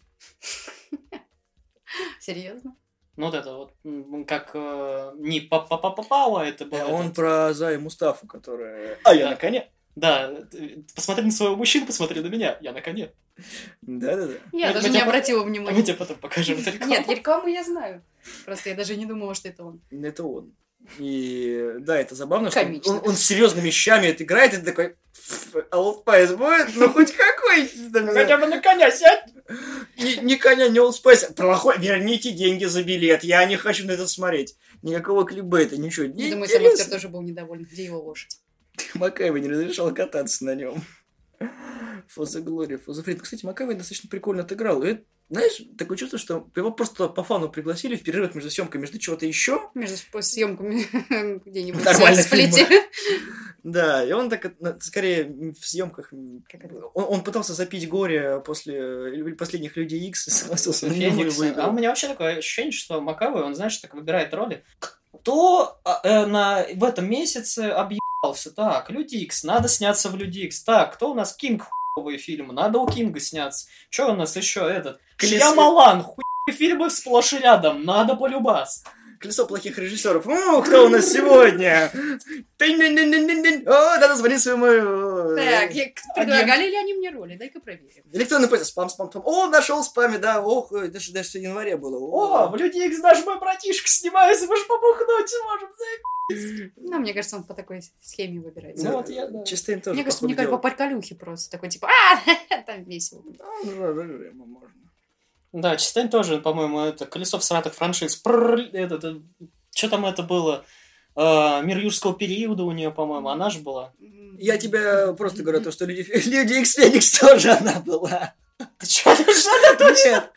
Серьезно? Ну, вот это вот, м, как э, не па-па-па-па-пау, а это было... Э, Он этот- про Зая Мустафу, которая... А, я Да. на коне. Да, ты посмотри на своего мужчину, посмотри на меня, я на коне. Да-да-да. Я Мы- даже мы не тебя- обратила А мы внимания. тебе потом покажем эту рекламу. Нет, рекламу я знаю. Просто я даже не думала, что это он. Это он. И да, это забавно, что Комично. он, он с серьезными вещами это играет, и ты такой, а Old Spice будет? Ну, хоть какой. Хотя бы на коня сядь. Ни, ни коня, ни Old Spice. Проход... Верните деньги за билет, я не хочу на это смотреть. Никакого кликбейта, ничего. Я думаю, сам актер тоже был недоволен. Где его лошадь? Макэвой не разрешал кататься на нем. For the glory, for the freedom. Кстати, Макэвой достаточно прикольно отыграл. И, знаешь, такое чувство, что его просто по фану пригласили в перерывах между съемками, между чего-то еще. Между съемками где-нибудь Нормально в сплите. Да, и он так, скорее, в съемках... Он, он пытался запить горе после последних Людей Икс и согласился. Феникс. А у меня вообще такое ощущение, что Макэвой, он, знаешь, так выбирает роли. Кто э, на, в этом месяце объебался? Так, Люди Икс, надо сняться в Люди Икс. Так, кто у нас Кинг хуевые фильмы? Надо у Кинга сняться. Че у нас еще этот? Шьямалан, хуевые фильмы сплошь и рядом. Надо полюбас. Колесо плохих режиссеров. О, кто у нас сегодня? О, надо звонить своему... Так, предлагали ли они мне роли? Дай-ка проверим. Электронный почта, спам, спам, спам. О, нашел в спаме, да. Ох, даже, даже в январе было. О, в Люди Икс даже мой братишка снимается, мы же побухнуть сможем, заебись. Ну, мне кажется, он по такой схеме выбирает. Ну, вот я, да. Чисто им тоже, мне кажется, мне как по паркалюхе просто. Такой, типа, а там весело. Можно. Да, Чистень тоже, по-моему, это колесо всратых франшиз. Прррр, это, это, что там это было? А, Мир юрского периода у нее, по-моему, она же была. Я тебе просто говорю, то, что Люди, Люди Икс Феникс тоже она была. Ты что, ты что? Нет.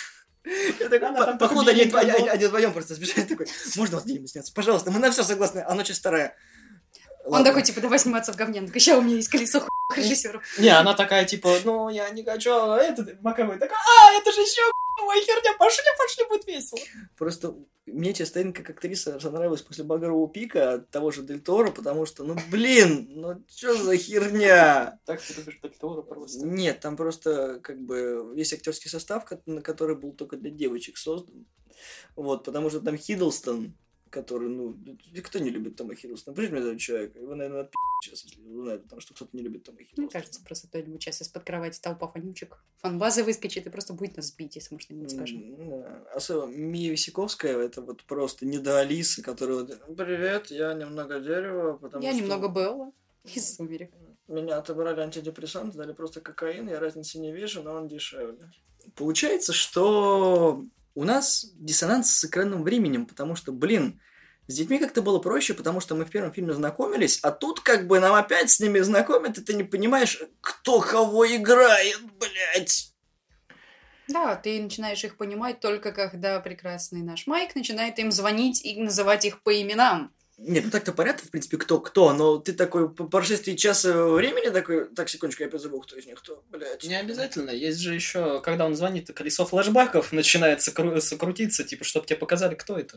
Я такой, походу, они вдвоем просто сбежали, такой, можно вас где-нибудь сняться? Пожалуйста, мы на все согласны, а ночь вторая. Он такой, типа, давай сниматься в говне. Он такой, ща у меня есть колесо хуевых режиссеров. Не, она такая, типа, ну, я не хочу, а этот Макэвой такой, а, это же еще хуевая херня, пошли, пошли, будет весело. Просто мне Честейн как актриса понравилась после «Багрового пика» от того же Дель Торо, потому что, ну, блин, ну, что за херня? Так ты любишь Дель Торо просто? Нет, там просто, как бы, есть актерский состав, который был только для девочек создан. Вот, потому что там Хиддлстон, который, ну, кто не любит Тома Хиддлстона? Прежде меня человек, его, наверное, отпи***, сейчас, если вы знаете, потому что кто-то не любит Тома Хиддлстона. Мне кажется, просто кто-нибудь сейчас из-под кровати толпа фанючек, фан-базы выскочит и просто будет нас бить, если мы что-нибудь скажем. Да. Особенно Мия Висяковская, это вот просто не до Алисы, которая вот, привет, я немного дерева, потому я что... Я немного Белла из «Сумерек». Меня отобрали антидепрессанты, дали просто кокаин, я разницы не вижу, но он дешевле. Получается, что у нас диссонанс с экранным временем, потому что, блин, с детьми как-то было проще, потому что мы в первом фильме знакомились, а тут как бы нам опять с ними знакомят, и ты не понимаешь, кто кого играет, блядь. Да, ты начинаешь их понимать только когда прекрасный наш Майк начинает им звонить и называть их по именам. Нет, ну так-то понятно, в принципе, кто-кто, но ты такой по прошествии часа времени такой, так, секундочку, я опять забыл, кто из них кто, блядь. Не обязательно, есть же еще, когда он звонит, колесо флешбеков начинает сокру- сокрутиться, типа, чтобы тебе показали, кто это.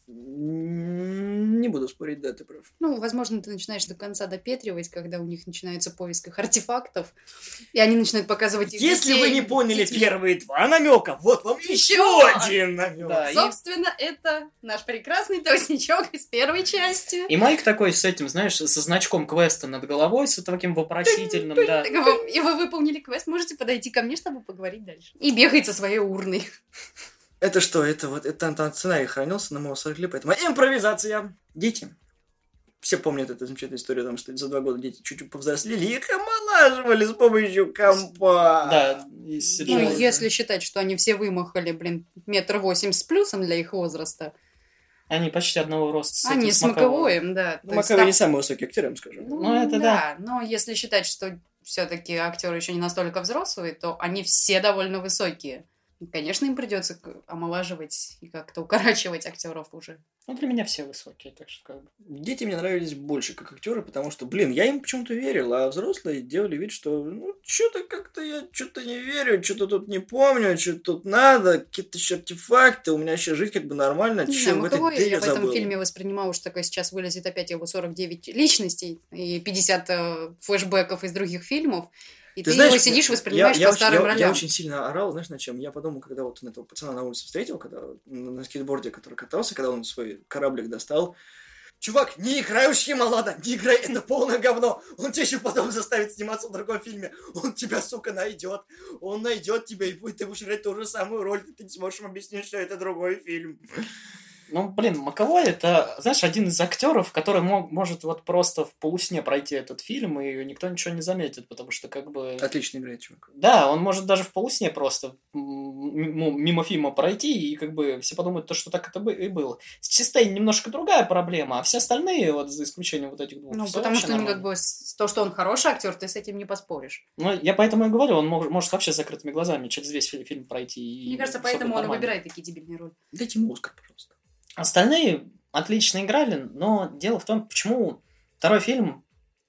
Не буду спорить, да, ты прав. Ну, возможно, ты начинаешь до конца допетривать, когда у них начинается поиск их артефактов, и они начинают показывать их Если детей, вы не поняли детей. первые два намека, вот вам еще, еще один намек. Да, собственно, и... это наш прекрасный тосничок из первой части. И Майк такой с этим, знаешь, со значком квеста над головой, с таким вопросительным, да. И вы выполнили квест, можете подойти ко мне, чтобы поговорить дальше. И бегает со своей урной. Это что? Это вот это там сценарий хранился на моем сорокли, поэтому импровизация. Дети. Все помнят эту замечательную историю, потому что за два года дети чуть-чуть повзрослели и их омолаживали с помощью компа. Да. Ну, если считать, что они все вымахали, блин, метр восемь с плюсом для их возраста. Они почти одного роста с Они этим с Маковоем, да. Ну, Маковой там... не самый высокий актер, я вам скажу. Ну, ну это да. да. Но если считать, что все-таки актеры еще не настолько взрослые, то они все довольно высокие. И, конечно, им придется омолаживать и как-то укорачивать актеров уже. Ну, для меня все высокие, так что как бы... Дети мне нравились больше как актеры, потому что, блин, я им почему-то верил, а взрослые делали вид, что, ну, что-то как-то я что-то не верю, что-то тут не помню, что тут надо, какие-то еще артефакты, у меня еще жить как бы нормально, не чем знаю, в этой кого я в этом забыл. фильме воспринимала, что такое сейчас вылезет опять его сорок девять личностей и пятьдесят э, флешбеков из других фильмов. И ты, ты знаешь, его сидишь, воспринимаешь я, по я старым очень, ролям. Я, я очень сильно орал, знаешь, на чем? Я подумал, когда вот он этого пацана на улице встретил, когда на скейтборде, который катался, когда он свой кораблик достал. Чувак, не играй у Шьямалана, не играй, это полное говно. Он тебя еще потом заставит сниматься в другом фильме. Он тебя, сука, найдет. Он найдет тебя, и будет ты будешь играть ту же самую роль, ты не сможешь ему объяснить, что это другой фильм. Ну, блин, Маковой это, знаешь, один из актеров, который мог, может вот просто в полусне пройти этот фильм, и никто ничего не заметит, потому что как бы... Отлично играет чувак. Да, он может даже в полусне просто мимо фильма пройти, и как бы все подумают, то, что так это и было. С Честейн немножко другая проблема, а все остальные, вот за исключением вот этих двух... Ну, потому что ну, как бы то, что он хороший актер, ты с этим не поспоришь. Ну, я поэтому и говорю, он может, может вообще с закрытыми глазами через весь фильм пройти. Мне кажется, поэтому он и выбирает такие дебильные роли. Дайте ему Оскар, пожалуйста. Остальные отлично играли, но дело в том, почему второй фильм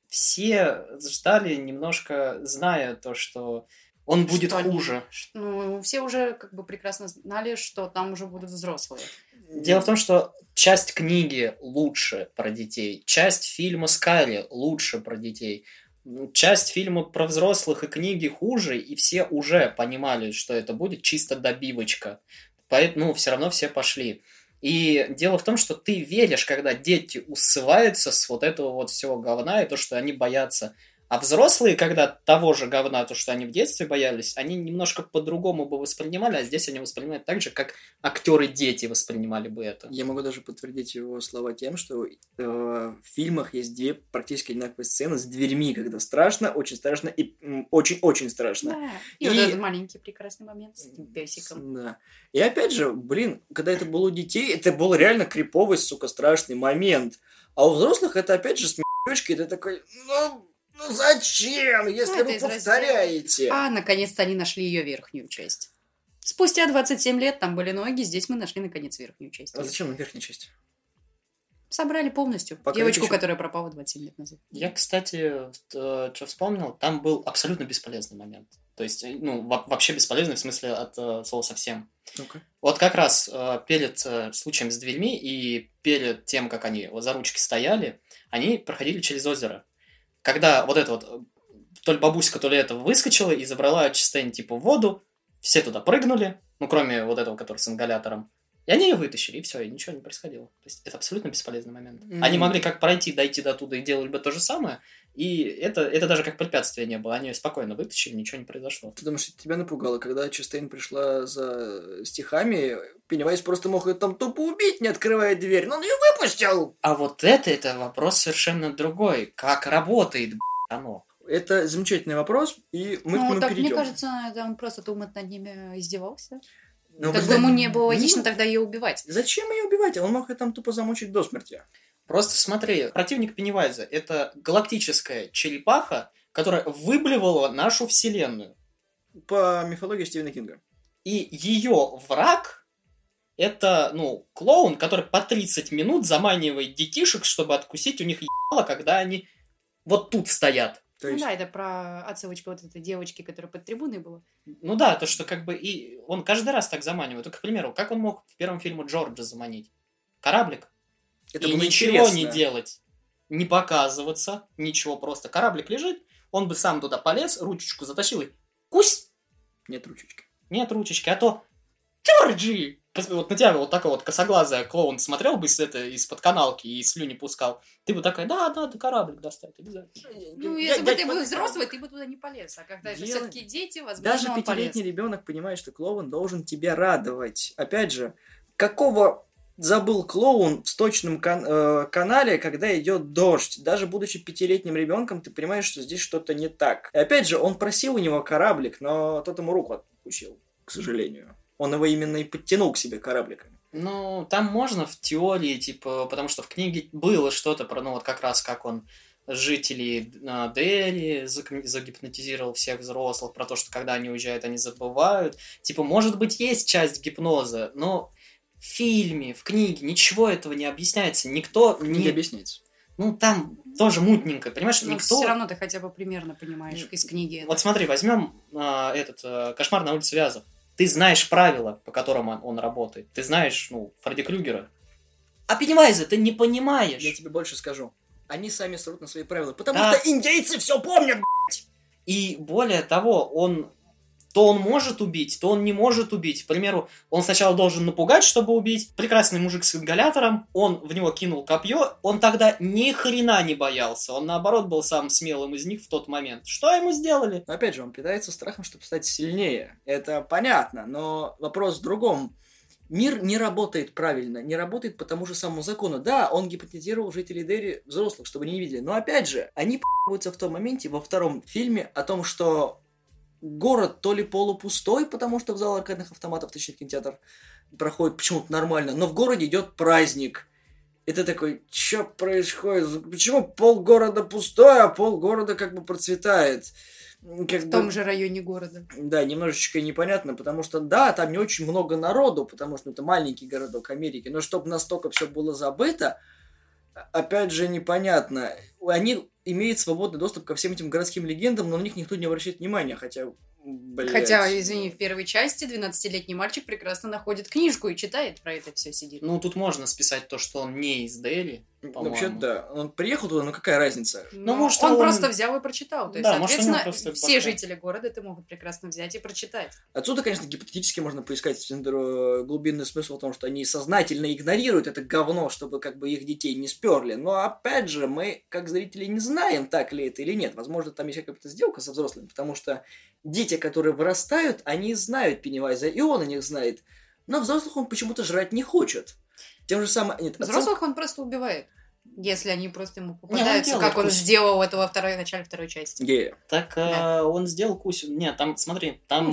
все ждали немножко, зная то, что он будет что хуже. Они, ну, все уже как бы прекрасно знали, что там уже будут взрослые. Дело в том, что часть книги лучше про детей, часть фильма Скайли лучше про детей, часть фильма про взрослых и книги хуже, и все уже понимали, что это будет чисто добивочка. Поэтому ну, все равно все пошли. И дело в том, что ты веришь, когда дети усываются с вот этого вот всего говна и то, что они боятся. А взрослые, когда того же говна, то, что они в детстве боялись, они немножко по-другому бы воспринимали, а здесь они воспринимают так же, как актеры-дети воспринимали бы это. Я могу даже подтвердить его слова тем, что э, в фильмах есть две практически одинаковые сцены с дверьми, когда страшно, очень страшно и очень-очень страшно. Да. И, и вот этот маленький прекрасный момент с этим песиком. Да. И опять же, блин, когда это было у детей, это был реально криповый, сука, страшный момент. А у взрослых это опять же смеёчки, и ты такой, ну... Ну зачем, если ну, вы повторяете? А, наконец-то они нашли ее верхнюю часть. Спустя двадцать семь лет там были ноги, здесь мы нашли, наконец, верхнюю часть. А зачем верхнюю часть? Собрали полностью. Пока девочку, еще... которая пропала двадцать семь лет назад. Я, кстати, что вспомнил, там был абсолютно бесполезный момент. То есть, ну, вообще бесполезный в смысле от uh, слова совсем. Okay. Вот как раз uh, перед uh, случаем с дверьми и перед тем, как они вот, за ручки стояли, они проходили через озеро. Когда вот это вот, то ли бабуська, то ли это выскочила и забрала Честейн типа в воду, все туда прыгнули, ну, кроме вот этого, который с ингалятором, и они ее вытащили, и все, и ничего не происходило. То есть это абсолютно бесполезный момент. Mm-hmm. Они могли как пройти, дойти до туда и делали бы то же самое, и это, это даже как препятствие не было. Они ее спокойно вытащили, ничего не произошло. Потому что тебя напугало, когда Честейн пришла за стихами, Пеннивайз просто мог ее там тупо убить, не открывая дверь, но он ее выпустил! А вот это, это вопрос совершенно другой. Как работает, оно? Это замечательный вопрос, и мы ну, к нему так, перейдем. Мне кажется, это он просто думает над ними издевался. Ну, как бы ему не было логично ну, тогда ее убивать. Зачем ее убивать? Он мог ее там тупо замучить до смерти. Просто смотри, противник Пеннивайза – это галактическая черепаха, которая выблевала нашу вселенную. По мифологии Стивена Кинга. И ее враг – это, ну, клоун, который по тридцать минут заманивает детишек, чтобы откусить у них ебало, когда они вот тут стоят. То есть... Ну да, это про отсылочку вот этой девочки, которая под трибуной была. Ну да, то, что как бы и он каждый раз так заманивает. Только, к примеру, как он мог в первом фильме Джорджа заманить? Кораблик. Это и было ничего интересно. Не делать. Не показываться. Ничего, просто кораблик лежит, он бы сам туда полез, ручечку затащил и кусь! Нет ручечки. Нет ручечки, а то Джорджи! Вот на тебя вот такой вот косоглазый клоун смотрел бы это из-под каналки и слюни пускал. Ты бы такая, да, да, ты кораблик достать обязательно. Ну, если я, бы я, ты был взрослый, ты бы туда не полез. А когда это все-таки дети, возможно, даже он полез. Даже пятилетний ребенок понимает, что клоун должен тебя радовать. Опять же, какого забыл клоун в сточном кан- э, канале, когда идет дождь? Даже будучи пятилетним ребенком, ты понимаешь, что здесь что-то не так. И опять же, он просил у него кораблик, но тот ему руку откусил, к сожалению. Он его именно и подтянул к себе корабликами. Ну, там можно в теории, типа, потому что в книге было что-то про, ну, вот как раз как он жителей э, Дели загипнотизировал всех взрослых, про то, что когда они уезжают, они забывают. Типа, может быть, есть часть гипноза, но в фильме, в книге ничего этого не объясняется. Никто не... Не объясняется. Ну, там тоже мутненько, понимаешь? Но никто... все равно ты хотя бы примерно понимаешь из книги. Вот смотри, возьмем э, этот э, «Кошмар на улице Вязов». Ты знаешь правила, по которым он, он работает. Ты знаешь, ну, Фредди Крюгера. А Пеннивайза ты не понимаешь. Я тебе больше скажу. Они сами срут на свои правила. Потому да. что индейцы все помнят, блядь! И более того, он... То он может убить, то он не может убить. К примеру, он сначала должен напугать, чтобы убить. Прекрасный мужик с ингалятором. Он в него кинул копье. Он тогда ни хрена не боялся. Он, наоборот, был самым смелым из них в тот момент. Что ему сделали? Но, опять же, он питается страхом, чтобы стать сильнее. Это понятно. Но вопрос в другом. Мир не работает правильно, не работает по тому же самому закону. Да, он гипнотизировал жителей Дерри взрослых, чтобы они не видели. Но опять же, они п***ются в том моменте, во втором фильме, о том, что город то ли полупустой, потому что в зал аркадных автоматов, точнее, кинотеатр проходит почему-то нормально, но в городе идет праздник. И ты такой, что происходит? Почему полгорода пустое, а полгорода как бы процветает? Как в бы... том же районе города. Да, немножечко непонятно, потому что, да, там не очень много народу, потому что это маленький городок Америки, но чтобы настолько все было забыто, опять же, непонятно. Они имеют свободный доступ ко всем этим городским легендам, но на них никто не обращает внимания, хотя... Блядь. Хотя, извини, в первой части двенадцатилетний мальчик прекрасно находит книжку и читает про это все, сидит. Ну, тут можно списать то, что он не из Дели, по-моему. Вообще, да. Он приехал туда, но какая разница? Ну, может, он, он- просто взял и прочитал. То есть, Да, может, соответственно, ему просто все пока- жители города это могут прекрасно взять и прочитать. Отсюда, конечно, гипотетически можно поискать э, глубинный смысл в том, что они сознательно игнорируют это говно, чтобы как бы их детей не сперли. Но опять же, мы, как зрители, не знаем, так ли это или нет. Возможно, там есть какая-то сделка со взрослыми, потому что дети, которые вырастают, они знают Пеннивайза, и он о них знает. Но взрослых он почему-то жрать не хочет. Тем же самым... Нет, отцом- Взрослых он просто убивает. Если они просто ему он попадаются, делает как он пусть. сделал это во второй, в начале второй части. Гея. Так Да. э, он сделал Кусю. Нет, там, смотри, там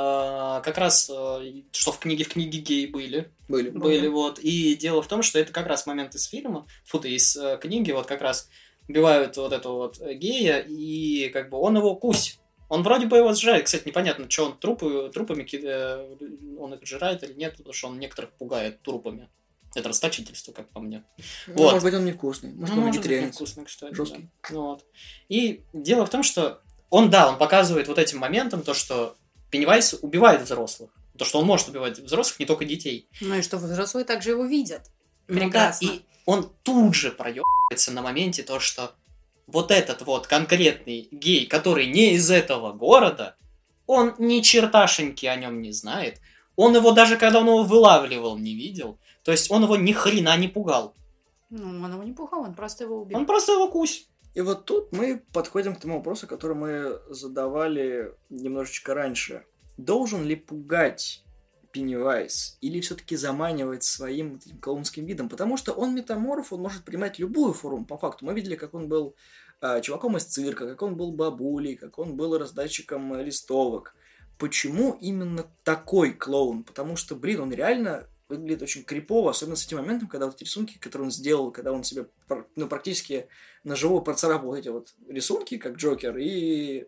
э, как раз, э, что в книге, в книге геи были. Были. Были, вот. И дело в том, что это как раз момент из фильма, фу, из э, книги, вот как раз убивают вот эту вот гея, и как бы он его Кусь. Он вроде бы его сжирает. Кстати, непонятно, что он трупы, трупами кида- он их сжирает или нет, потому что он некоторых пугает трупами. Это расточительство, как по мне. Ну, Вот. может быть, он невкусный. Может, Ну, он может быть, вегетарианец. невкусно, кстати. Жесткий. Да. Ну, вот. И дело в том, что он, да, он показывает вот этим моментом то, что Пеннивайз убивает взрослых. То, что он может убивать взрослых, не только детей. Ну и что взрослые также его видят. Ну да, Прекрасно. и он тут же проебывается на моменте то, что вот этот вот конкретный гей, который не из этого города, он ни черташеньки о нем не знает. Он его даже, когда он его вылавливал, не видел. То есть он его ни хрена не пугал. Ну, он его не пугал, он просто его убил. Он просто его Кусь. И вот тут мы подходим к тому вопросу, который мы задавали немножечко раньше. Должен ли пугать Пеннивайз или все-таки заманивать своим вот этим клоунским видом? Потому что он метаморф, он может принимать любую форму, по факту. Мы видели, как он был э, чуваком из цирка, как он был бабулей, как он был раздатчиком э, листовок. Почему именно такой клоун? Потому что, блин, он реально выглядит очень крипово, особенно с этим моментом, когда вот эти рисунки, которые он сделал, когда он себе ну, практически наживую процарапал вот эти вот рисунки, как Джокер, и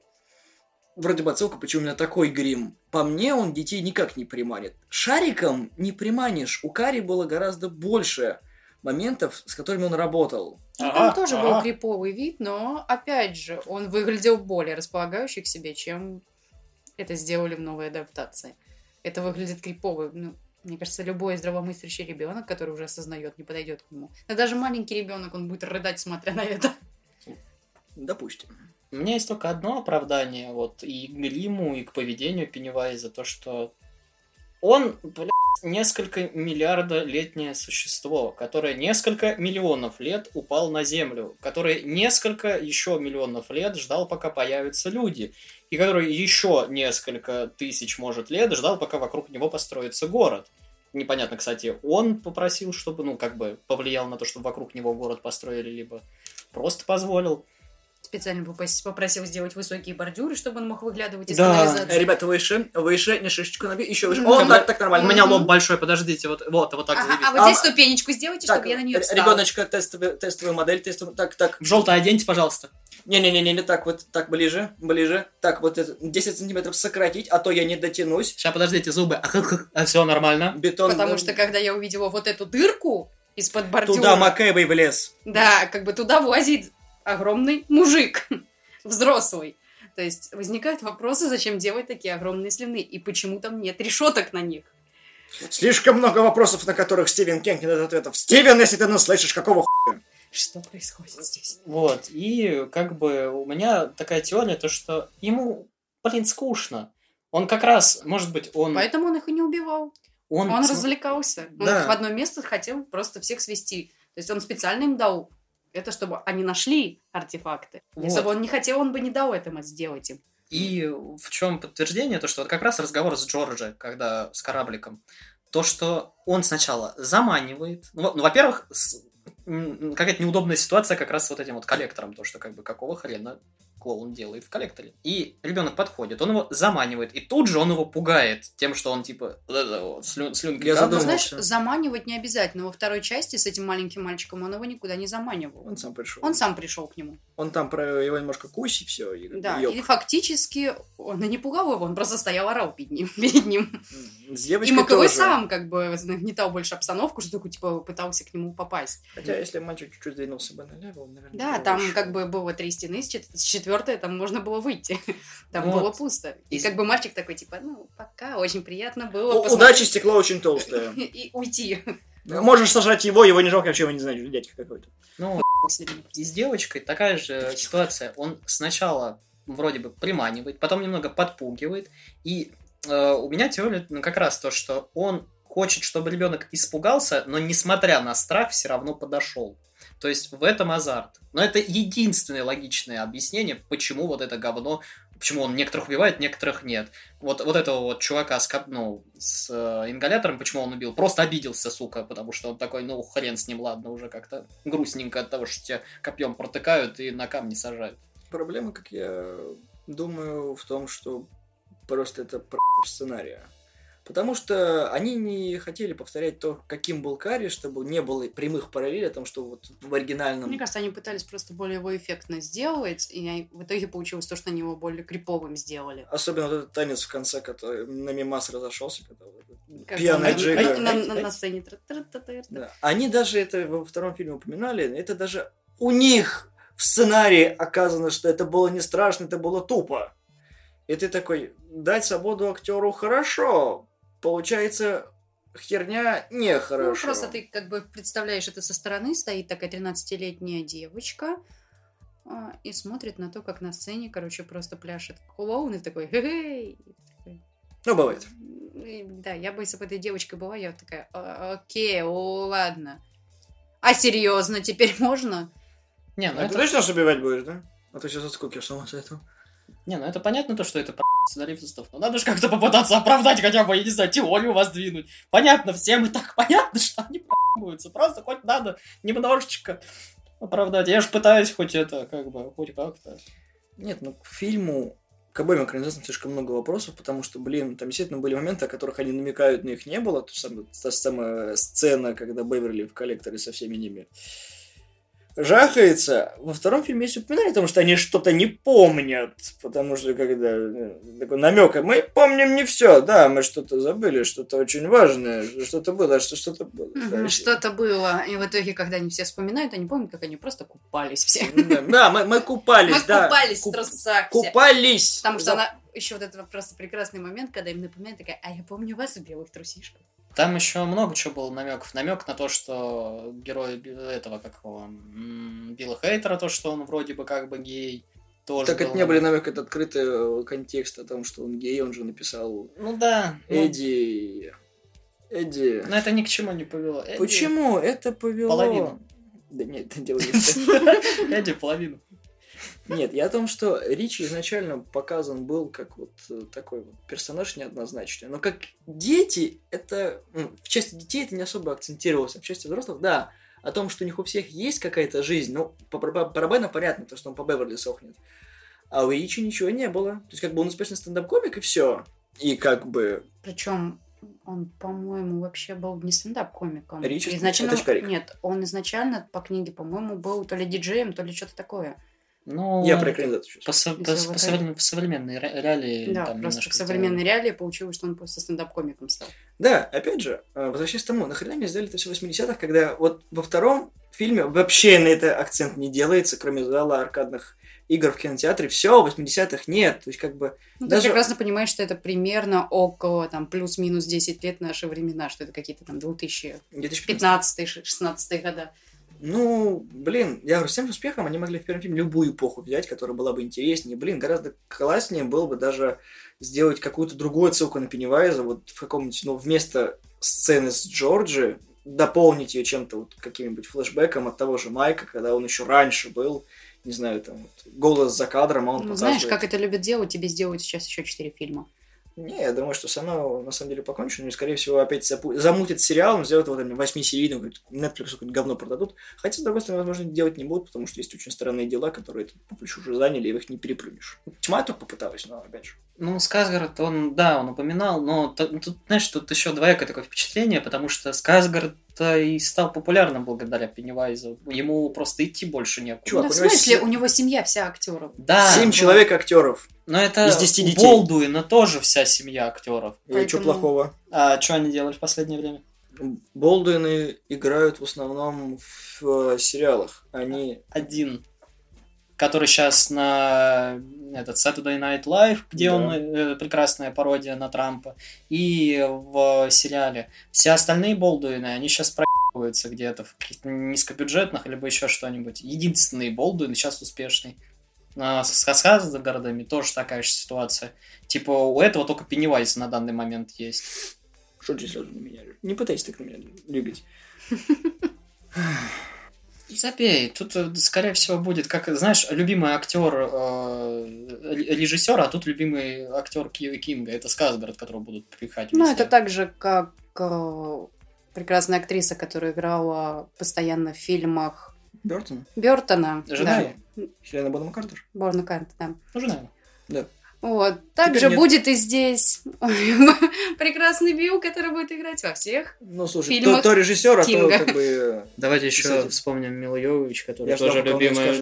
вроде бы отсылка, почему именно такой грим. По мне, он детей никак не приманит. Шариком не приманишь. У Кари было гораздо больше моментов, с которыми он работал. Ну, Ага, там тоже был ага. криповый вид, но, опять же, он выглядел более располагающий к себе, чем это сделали в новой адаптации. Это выглядит крипово. Ну, мне кажется, любой здравомыслящий ребенок, который уже осознает, не подойдет к нему. Но даже маленький ребенок, он будет рыдать, смотря на это. Допустим. У меня есть только одно оправдание вот и к гриму, и к поведению Пеннивайза, то, что он, блядь, несколько миллиарда летнее существо, которое несколько миллионов лет упал на Землю, который несколько еще миллионов лет ждал, пока появятся люди, и который еще несколько тысяч, может, лет ждал, пока вокруг него построится город. Непонятно, кстати, он попросил, чтобы, ну, как бы повлиял на то, чтобы вокруг него город построили, либо просто позволил. Специально попос- попросил сделать высокие бордюры, чтобы он мог выглядывать из Да. канализации. Э, Ребята, выше, выше, не шишечку набей, еще выше. Мгм. О, так, так У нормально. меня Мгм. лоб большой, подождите, вот, вот, вот так Ага, заебись. а вот А, здесь ступенечку сделайте, Так, чтобы я на нее р- встала. ребеночка, тестовая, тестовая модель, тестовая, так, так. В желтое оденьте, пожалуйста. Не-не-не, не так вот, так ближе, ближе. Так, вот это, десять сантиметров сократить, а то я не дотянусь. Сейчас, подождите, зубы. А все нормально. Бетон. Потому что, когда я увидела вот эту дырку из-под бордюра, Туда Макэбой влез. да, как бы туда влазит огромный мужик, взрослый. То есть возникают вопросы, зачем делать такие огромные сливные, и почему там нет решеток на них. Слишком много вопросов, на которых Стивен Кинг не дает ответов. Стивен, если ты нас слышишь, какого хуя? Что происходит здесь? Вот, и как бы у меня такая теория, то что ему, блин, скучно. Он как раз, может быть, он... Поэтому он их и не убивал. Он, Он см- развлекался. Он Да. их в одно место хотел просто всех свести. То есть он специально им дал это, чтобы они нашли артефакты. Если Вот. бы он не хотел, он бы не дал этому сделать им. И в чем подтверждение, то что вот как раз разговор с Джорджи, когда с корабликом. то, что он сначала заманивает. Ну, ну во-первых, с, м, какая-то неудобная ситуация как раз с вот этим вот коллектором. То, что как бы какого хрена клоун делает в коллекторе. И ребенок подходит, он его заманивает, и тут же он его пугает тем, что он типа слю, слюнкой Я капает. Ну, задумался. знаешь, заманивать не обязательно. Во второй части с этим маленьким мальчиком он его никуда не заманивал. Он сам пришел. Он сам пришел к нему. Он там про его немножко кусь и все. И, Да, ёк. и фактически он и не пугал его, он просто стоял, орал перед ним. Перед ним. С И девочкой Маковой тоже. сам как бы нагнетал больше обстановку, что такой, типа, пытался к нему попасть. Хотя, если мальчик чуть-чуть двинулся бы налево, он, наверное, Да, бы там вышел. как бы было три стены, с чет- с четвертой там можно было выйти. Там Вот. было пусто. И Из- как бы мальчик такой, типа, ну, пока, очень приятно было. У- посмотреть Удачи, стекло очень толстое. И уйти. Можешь сажать его, его не жалко, вообще его не знаю, дядька какой-то. Ну, и с девочкой такая же ситуация. Он сначала вроде бы приманивает, потом немного подпугивает. И э, у меня теория ну, как раз то, что он хочет, чтобы ребенок испугался, но несмотря на страх, все равно подошел. То есть в этом азарт. Но это единственное логичное объяснение, почему вот это говно, почему он некоторых убивает, некоторых нет. Вот, вот этого вот чувака с, кап- ну, с э, ингалятором, почему он убил, просто обиделся, сука, потому что он такой, ну, хрен с ним, ладно, уже как-то грустненько от того, что тебя копьем протыкают и на камни сажают. Проблема, как я думаю, в том, что просто это про сценария. Потому что они не хотели повторять то, каким был Карри, чтобы не было прямых параллелей о том, что вот в оригинальном... Мне кажется, они пытались просто более его эффектно сделать, и в итоге получилось то, что они его более криповым сделали. Особенно вот этот танец в конце, который на мимас разошелся, когда вот этот Как пьяная на- Джига. на, на- на сцене. Тра-тра-та-та-та. Да. Они даже это во втором фильме упоминали, это даже у них в сценарии оказано, что это было не страшно, это было тупо. И ты такой, дать свободу актеру хорошо, получается херня нехорошо. Ну, просто ты как бы представляешь это со стороны, стоит такая тринадцатилетняя девочка а, и смотрит на то, как на сцене, короче, просто пляшет клоун и такой, хе-хей. Ну, бывает. И, да, я бы, если бы этой девочкой была, я вот такая, «А, окей, о, ладно. А серьезно, теперь можно? Не, ну А это... ты точно нас убивать будешь, да? А то сейчас от скуки с ума сойду. Не, ну это понятно то, что это про сценаристов, но надо же как-то попытаться оправдать хотя бы, я не знаю, теорию воздвинуть. Понятно, всем и так понятно, что они про***ются. Просто хоть надо немножечко оправдать. Я же пытаюсь хоть это, как бы, хоть как-то. Нет, ну к фильму, к обоим экранизациям слишком много вопросов, потому что, блин, там действительно были моменты, о которых они намекают, но их не было. Та самая, та самая сцена, когда Беверли в коллекторе со всеми ними жахается. Во втором фильме есть упоминание о том, что они что-то не помнят, потому что когда э, такой намек, мы помним не все, да, мы что-то забыли, что-то очень важное, что-то было, что что-то было. Мгм, Да, Что-то было. И в итоге, когда они все вспоминают, они помнят, как они просто купались все. Да, да, мы, мы купались, Мы да. купались в Куп- трусах все. Купались! Потому что За- она... Еще вот это просто прекрасный момент, когда им напоминает такая, а я помню вас в белых трусишках. Там еще много чего было намеков. Намек на то, что герой Би- этого, как его, м, Билла Хейтера, то, что он вроде бы как бы гей, тоже Так был это не были намек. намек, это открытый э, контекст о том, что он гей, он же написал Ну да. ну, Эдди... Эдди... Но это ни к чему не повело. Эдди- Почему? Это повело... Половину. Да нет, это дело не в том. Эдди половину. Нет, я о том, что Ричи изначально показан был как вот э, такой вот персонаж неоднозначный. Но как дети, это... ну, в части детей это не особо акцентировалось, а в части взрослых, да. О том, что у них у всех есть какая-то жизнь, ну, по Барабану понятно, то, что он по Беверли сохнет. А у Ричи ничего не было. То есть, как бы он успешный стендап-комик, и все. И как бы... Причем он, по-моему, вообще был не стендап-комиком. Ричи изначально... Статичкарик. Нет, он изначально по книге, по-моему, был то ли диджеем, то ли что-то такое. Ну, Я про экранизацию по, сейчас. со- по- Если по вы современ- в современной ре- реалии Да, там просто немножко в современной реалии получилось, что он просто стендап-комиком стал. Да, опять же, э, возвращаясь к тому, нахрена мне сделали это все в восьмидесятых, когда вот во втором фильме вообще на это акцент не делается, кроме зала аркадных игр в кинотеатре, все, в восьмидесятых нет, то есть как бы... Ну, Даже- ты прекрасно понимаешь, что это примерно около, там, плюс-минус десять лет наши времена, что это какие-то там две тысячи две тысячи пятнадцатый. пятнадцатые шестнадцатые года. Ну, блин, я говорю, с тем же успехом они могли в первом фильме любую эпоху взять, которая была бы интереснее. Блин, гораздо класснее было бы даже сделать какую-то другую отсылку на Пеннивайза, вот в каком-нибудь, ну, вместо сцены с Джорджи, дополнить ее чем-то, вот каким-нибудь флешбеком от того же Майка, когда он еще раньше был, не знаю, там, вот, голос за кадром, а он Ну, показывает. знаешь, как это любят делать, тебе сделают сейчас еще четыре фильма. Не, я думаю, что оно на самом деле покончено, и, скорее всего, опять запу- замутит сериал, сделают вот восьмисерийный, Netflix какое-то говно продадут. Хотя, с другой стороны, возможно, делать не будут, потому что есть очень странные дела, которые по плечу уже заняли, и их не перепрыгнешь. Тьма только попыталась, но опять же. Ну, Сказгард, он, да, он упоминал, но т- тут, знаешь, тут еще двоякое такое впечатление, потому что Сказгард и стал популярным благодаря Пеннивайзу. Ему просто идти больше некуда. Чувак, Ну, в у него смысле, се- у него семья вся актеров. Да, Семь но- человек актеров. Но это из десяти у детей. Болдуина тоже вся семья актеров. И Поэтому- что плохого? А что они делали в последнее время? Болдуины играют в основном в э, сериалах. Они... Один, который сейчас на этот Saturday Night Live, где Да. он э, прекрасная пародия на Трампа, и в сериале. Все остальные Болдуины, они сейчас проебываются где-то в каких-то низкобюджетных, либо еще что-нибудь. Единственный Болдуин сейчас успешный. А с Сказгардами тоже такая же ситуация. Типа у этого только Пеннивайз на данный момент есть. Что ты сразу на меня? Не пытайся так на меня двигать. Забей, тут, э, скорее всего, будет, как, знаешь, любимый актер э, режиссера, а тут любимый актер Ки- Кинга. Это Сказгард, которого будут пихать Ну, везде. это так же, как э, прекрасная актриса, которая играла постоянно в фильмах Бёртон? Бёртона. Жена? Да. Хелена Бонем Картер? Борна Кант, да. Ну, жена его. Да. Вот. Также Теперь нет. будет и здесь прекрасный Билл, который будет играть во всех. Ну, слушай, фильмах то, то режиссер, а то Кинга. как бы... Давайте еще Кстати, вспомним Милу Йовович, который я тоже ждал, пока он любимый.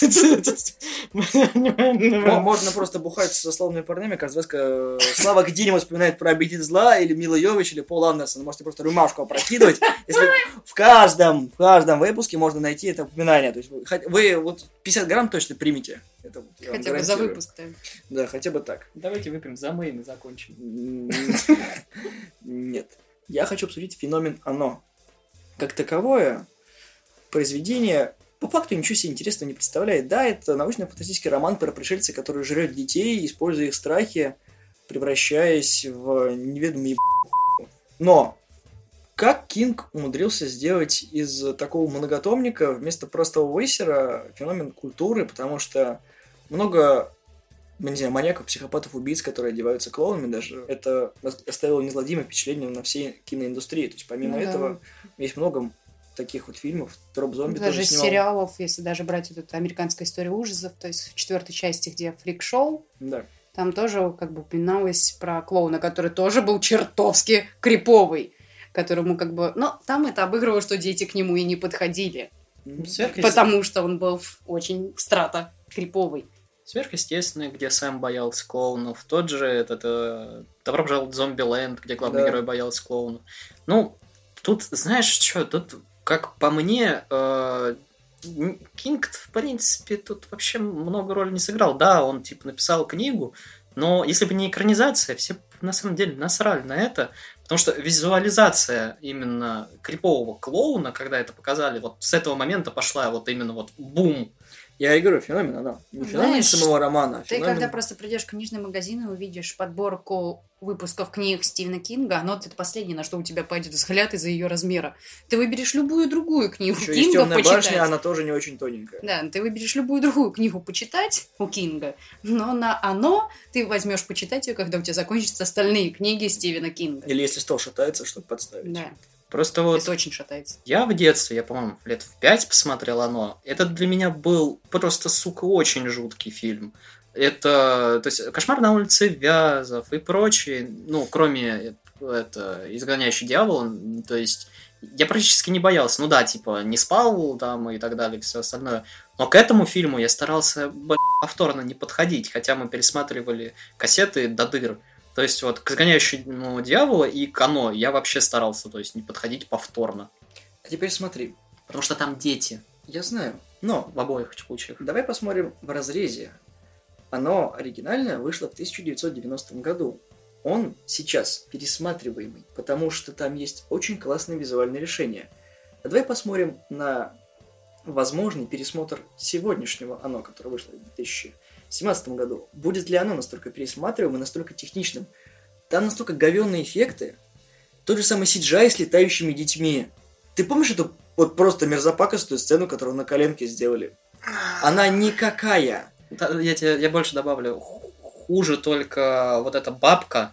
Мо- Да. Можно просто бухать со словными парнями, как сказка Слава где-нибудь вспоминает про обитель зла, или Мила Йович, или Пол Андерсон. Можете просто рюмашку опрокидывать. Если в каждом, в каждом выпуске можно найти это упоминание. То есть вы, хоть- вы вот пятьдесят грамм точно примите. Это вот я вам Хотя бы за гарантирую. выпуск-то. Да, хотя бы так. Давайте выпьем за мейн и закончим. Нет. Я хочу обсудить феномен «Оно». Как таковое, произведение по факту ничего себе интересного не представляет. Да, это научно-фантастический роман про пришельца, который жрет детей, используя их страхи, превращаясь в неведомые еб***ь. Но как Кинг умудрился сделать из такого многотомника вместо простого вейсера феномен культуры, потому что много, ну, не знаю, маньяков, психопатов, убийц, которые одеваются клоунами даже, это оставило неизгладимое впечатление на всей киноиндустрии. То есть помимо Ну да. этого есть много таких вот фильмов. Троп зомби Даже тоже из снимал. сериалов, если даже брать вот эту американская история ужасов, то есть в четвертой части, где фрик-шоу, Да. там тоже как бы упоминалось про клоуна, который тоже был чертовски криповый, которому как бы... Но там это обыгрывало, что дети к нему и не подходили, Сверхъесте- потому что он был очень страта криповый. Сверхъестественный, где Сэм боялся клоунов. Тот же этот э, Добро пожаловать в Зомби-ленд, где главный Да. герой боялся клоунов. Ну, тут, знаешь, что, тут, как по мне, э, н- Кинг, в принципе, тут вообще много роли не сыграл. Да, он, типа, написал книгу, но если бы не экранизация, все бы, на самом деле насрали на это, потому что визуализация именно крипового клоуна, когда это показали, вот с этого момента пошла вот именно вот бум. Я и говорю, феномен, она. Не феномен Знаешь, самого романа, а Ты феномен... когда просто придешь в книжный магазин и увидишь подборку выпусков книг Стивена Кинга, оно это последнее, на что у тебя пойдет взгляд из-за ее размера. Ты выберешь любую другую книгу Еще есть Кинга темная почитать. башня, она тоже не очень тоненькая. Да, ты выберешь любую другую книгу почитать у Кинга, но на оно ты возьмешь почитать ее, когда у тебя закончатся остальные книги Стивена Кинга. Или если стол шатается, чтобы подставить. Да, Просто вот это очень шатается. я в детстве, я, по-моему, лет в пять посмотрел оно. Это для меня был просто, сука, очень жуткий фильм. Это, то есть, «Кошмар на улице Вязов» и прочие, ну, кроме это, «Изгоняющий дьявола», то есть, я практически не боялся. Ну да, типа, не спал там и так далее, все остальное. Но к этому фильму я старался, блядь, повторно не подходить, хотя мы пересматривали кассеты до дыр. То есть, вот, к «Изгоняющему дьявола» и к «Оно» я вообще старался, то есть, не подходить повторно. А теперь смотри. Потому что там дети Я знаю, но в обоих случаях. давай посмотрим в разрезе. Оно оригинальное вышло в тысяча девятьсот девяностом году. Он сейчас пересматриваемый, потому что там есть очень классные визуальные решения. А давай посмотрим на возможный пересмотр сегодняшнего «Оно», которое вышло в две тысячи семнадцатом году. Будет ли оно настолько пересматриваемым и настолько техничным? Там настолько говенные эффекты. Тот же самый си джи ай с летающими детьми. Ты помнишь эту вот просто мерзопакостную сцену, которую на коленке сделали? Она никакая. Да, Я, тебе, я больше добавлю. Хуже только вот эта бабка,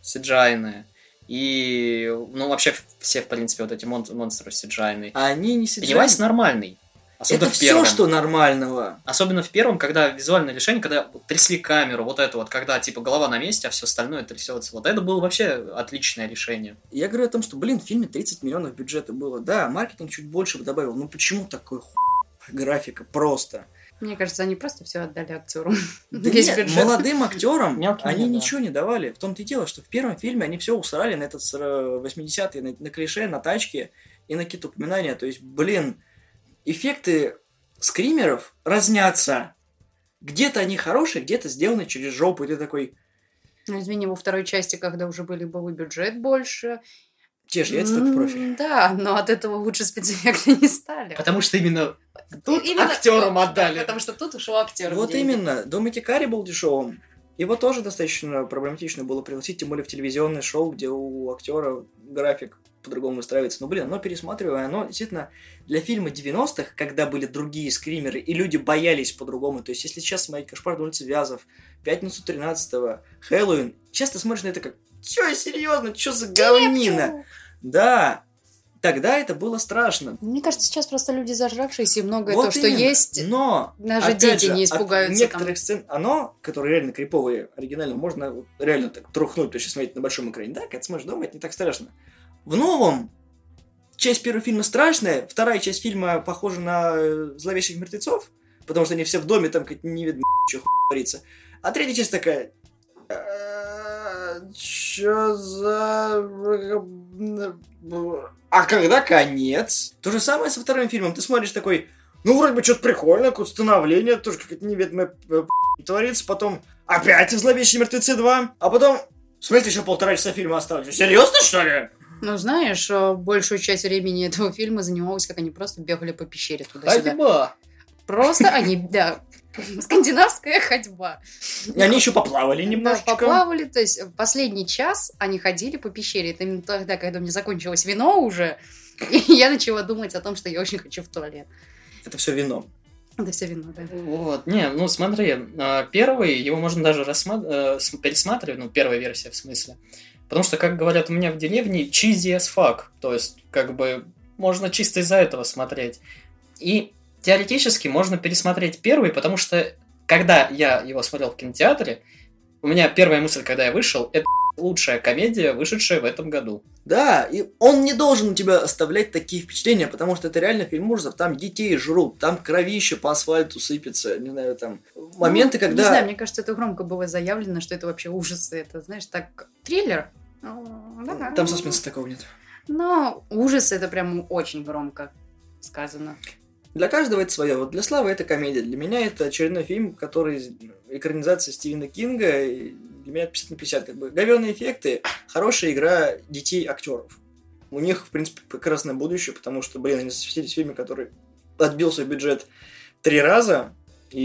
си джи ай-ные, и, ну, вообще все, в принципе, вот эти мон- монстры си джи ай-ные. А они не си джи ай. Пеннивайз нормальный. Особенно это в первом. все, что нормального. Особенно в первом, когда визуальное решение, когда трясли камеру, вот это вот, когда типа голова на месте, а все остальное трясется. Вот это было вообще отличное решение. Я говорю о том, что, блин, в фильме тридцать миллионов бюджета было. Да, маркетинг чуть больше бы добавил. Ну почему такой хуй графика просто? Мне кажется, они просто все отдали актерам. Да Весь нет, бюджет. молодым актерам Мелким, они да. ничего не давали. В том-то и дело, что в первом фильме они все усрали на этот восьмидесятые, на, на клише, на тачке и на какие-то упоминания. То есть, блин, эффекты скримеров разнятся. Где-то они хорошие, где-то сделаны через жопу. И ты такой... Ну, извини, во второй части, когда уже были был и бюджет больше. Те же яйца, только в профиль. М, Да, но от этого лучше спецэффекты не стали. Потому что именно тут Именно- актерам отдали. Потому что тут ушел актер. Вот именно. Дом Икикари был дешевым. Его тоже достаточно проблематично было пригласить, тем более в телевизионное шоу, где у актера график по-другому выстраивается. Но, блин, оно пересматривая, оно действительно для фильма девяностых, когда были другие скримеры, и люди боялись по-другому. То есть, если сейчас смотреть «Кошмар на улице Вязов», «Пятницу тринадцатого», «Хэллоуин», часто смотришь на это как «Чё, серьезно? Чё за говнина?» Да, тогда это было страшно. Мне кажется, сейчас просто люди зажравшиеся, и многое Вот то, что именно. есть, Но, даже опять дети же, не от испугаются. некоторых там. сцен, оно, которые реально криповые, оригинально, можно вот реально так трухнуть, то есть смотреть на большом экране. Да, когда смотришь дома, это не так страшно. В новом часть первого фильма страшная, вторая часть фильма похожа на э, зловещих мертвецов, потому что они все в доме, там как не видно, что хуй творится. А третья часть такая... Чё за... А когда конец? То же самое со вторым фильмом. Ты смотришь такой, ну, вроде бы что-то прикольное, какое-то становление, тоже какая-то неведомая э, творится. Потом опять «Зловещие мертвецы два». А потом, в смысле, еще полтора часа фильма осталось? Серьезно, что ли? Ну, знаешь, э, большую часть времени этого фильма занималось, как они просто бегали по пещере туда-сюда. Ходьба. Просто они, да, скандинавская ходьба. И они еще поплавали Да, немножечко. поплавали, то есть в последний час они ходили по пещере. Это именно тогда, когда у меня закончилось вино уже, и я начала думать о том, что я очень хочу в туалет. Это все вино. Это все вино, да. Вот, не, ну смотри, а, первый, его можно даже рассма- э, с- пересматривать, ну, первая версия в смысле. Потому что, как говорят у меня в деревне, cheesy as fuck. То есть, как бы, можно чисто из-за этого смотреть. И теоретически можно пересмотреть первый, потому что, когда я его смотрел в кинотеатре, у меня первая мысль, когда я вышел, это лучшая комедия, вышедшая в этом году. Да, и он не должен у тебя оставлять такие впечатления, потому что это реально фильм ужасов. Там детей жрут, там кровище по асфальту сыпется, не знаю, там моменты, Ну, когда... Не знаю, мне кажется, это громко было заявлено, что это вообще ужасы. Это, знаешь, так, триллер. Ну, да. Там саспенса такого нет. Но ужасы это прям очень громко сказано. Для каждого это свое. Вот для Славы это комедия. Для меня это очередной фильм, который экранизация Стивена Кинга. И для меня это пятьдесят на пятьдесят. Как бы говёные эффекты, хорошая игра детей-актеров. У них, в принципе, прекрасное будущее, потому что, блин, они засветились в фильме, который отбил свой бюджет три раза,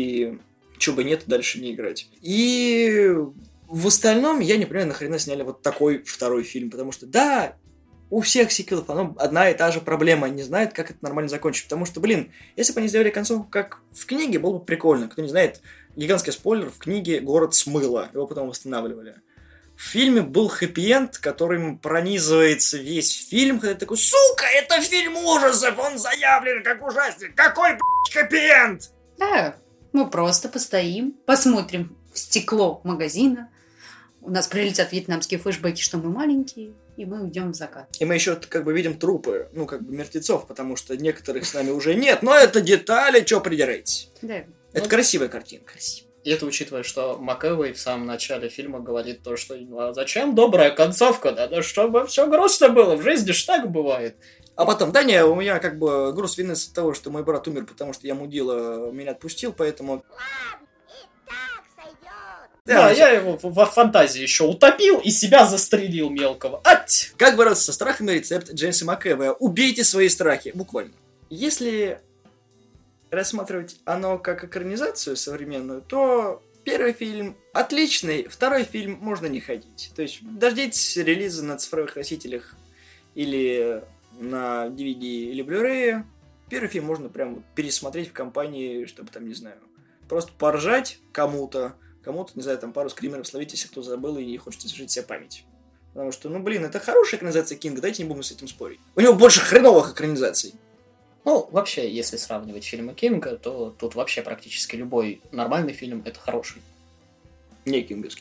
и чего бы нет, дальше не играть. И в остальном я не понимаю, нахрена сняли вот такой второй фильм, потому что, да, у всех сиквелов оно одна и та же проблема, они не знают, как это нормально закончить, потому что, блин, если бы они сделали концовку как в книге, было бы прикольно. Кто не знает, гигантский спойлер, в книге город смыло, его потом восстанавливали. В фильме был хэппи-энд, которым пронизывается весь фильм, когда ты такой, сука, это фильм ужасов, он заявлен как ужастик, какой, блядь, хэппи-энд? Да, мы просто постоим, посмотрим в стекло магазина. У нас прилетят вьетнамские флешбеки, что мы маленькие, и мы уйдем в закат. И мы еще как бы видим трупы, ну как бы мертвецов, потому что некоторых с нами уже нет, но это детали, что придираетесь. Да. Это Ну, красивая картинка. И это учитывая, что МакЭвой в самом начале фильма говорит то, что ну, а зачем добрая концовка, надо, чтобы все грустно было, в жизни ж так бывает. А потом, да не, у меня как бы груз вины от того, что мой брат умер, потому что я мудила, меня отпустил, поэтому... Да, Да, я его во фантазии еще утопил и себя застрелил мелкого. Ать! Как бороться со страхами? Рецепт Джеймса МакЭвоя. Убейте свои страхи. Буквально. Если рассматривать оно как экранизацию современную, то первый фильм отличный, второй фильм можно не ходить. То есть дождитесь релиза на цифровых носителях или на ди ви ди или Blu-ray. Первый фильм можно прям пересмотреть в компании, чтобы там, не знаю, просто поржать кому-то, кому-то, не знаю, там пару скримеров словить, если кто забыл и не хочет освежить себе память. Потому что, ну, блин, это хорошая экранизация Кинга, дайте не будем с этим спорить. У него больше хреновых экранизаций. Ну, вообще, если сравнивать фильмы Кинга, то тут вообще практически любой нормальный фильм — это хороший. Не кинговский.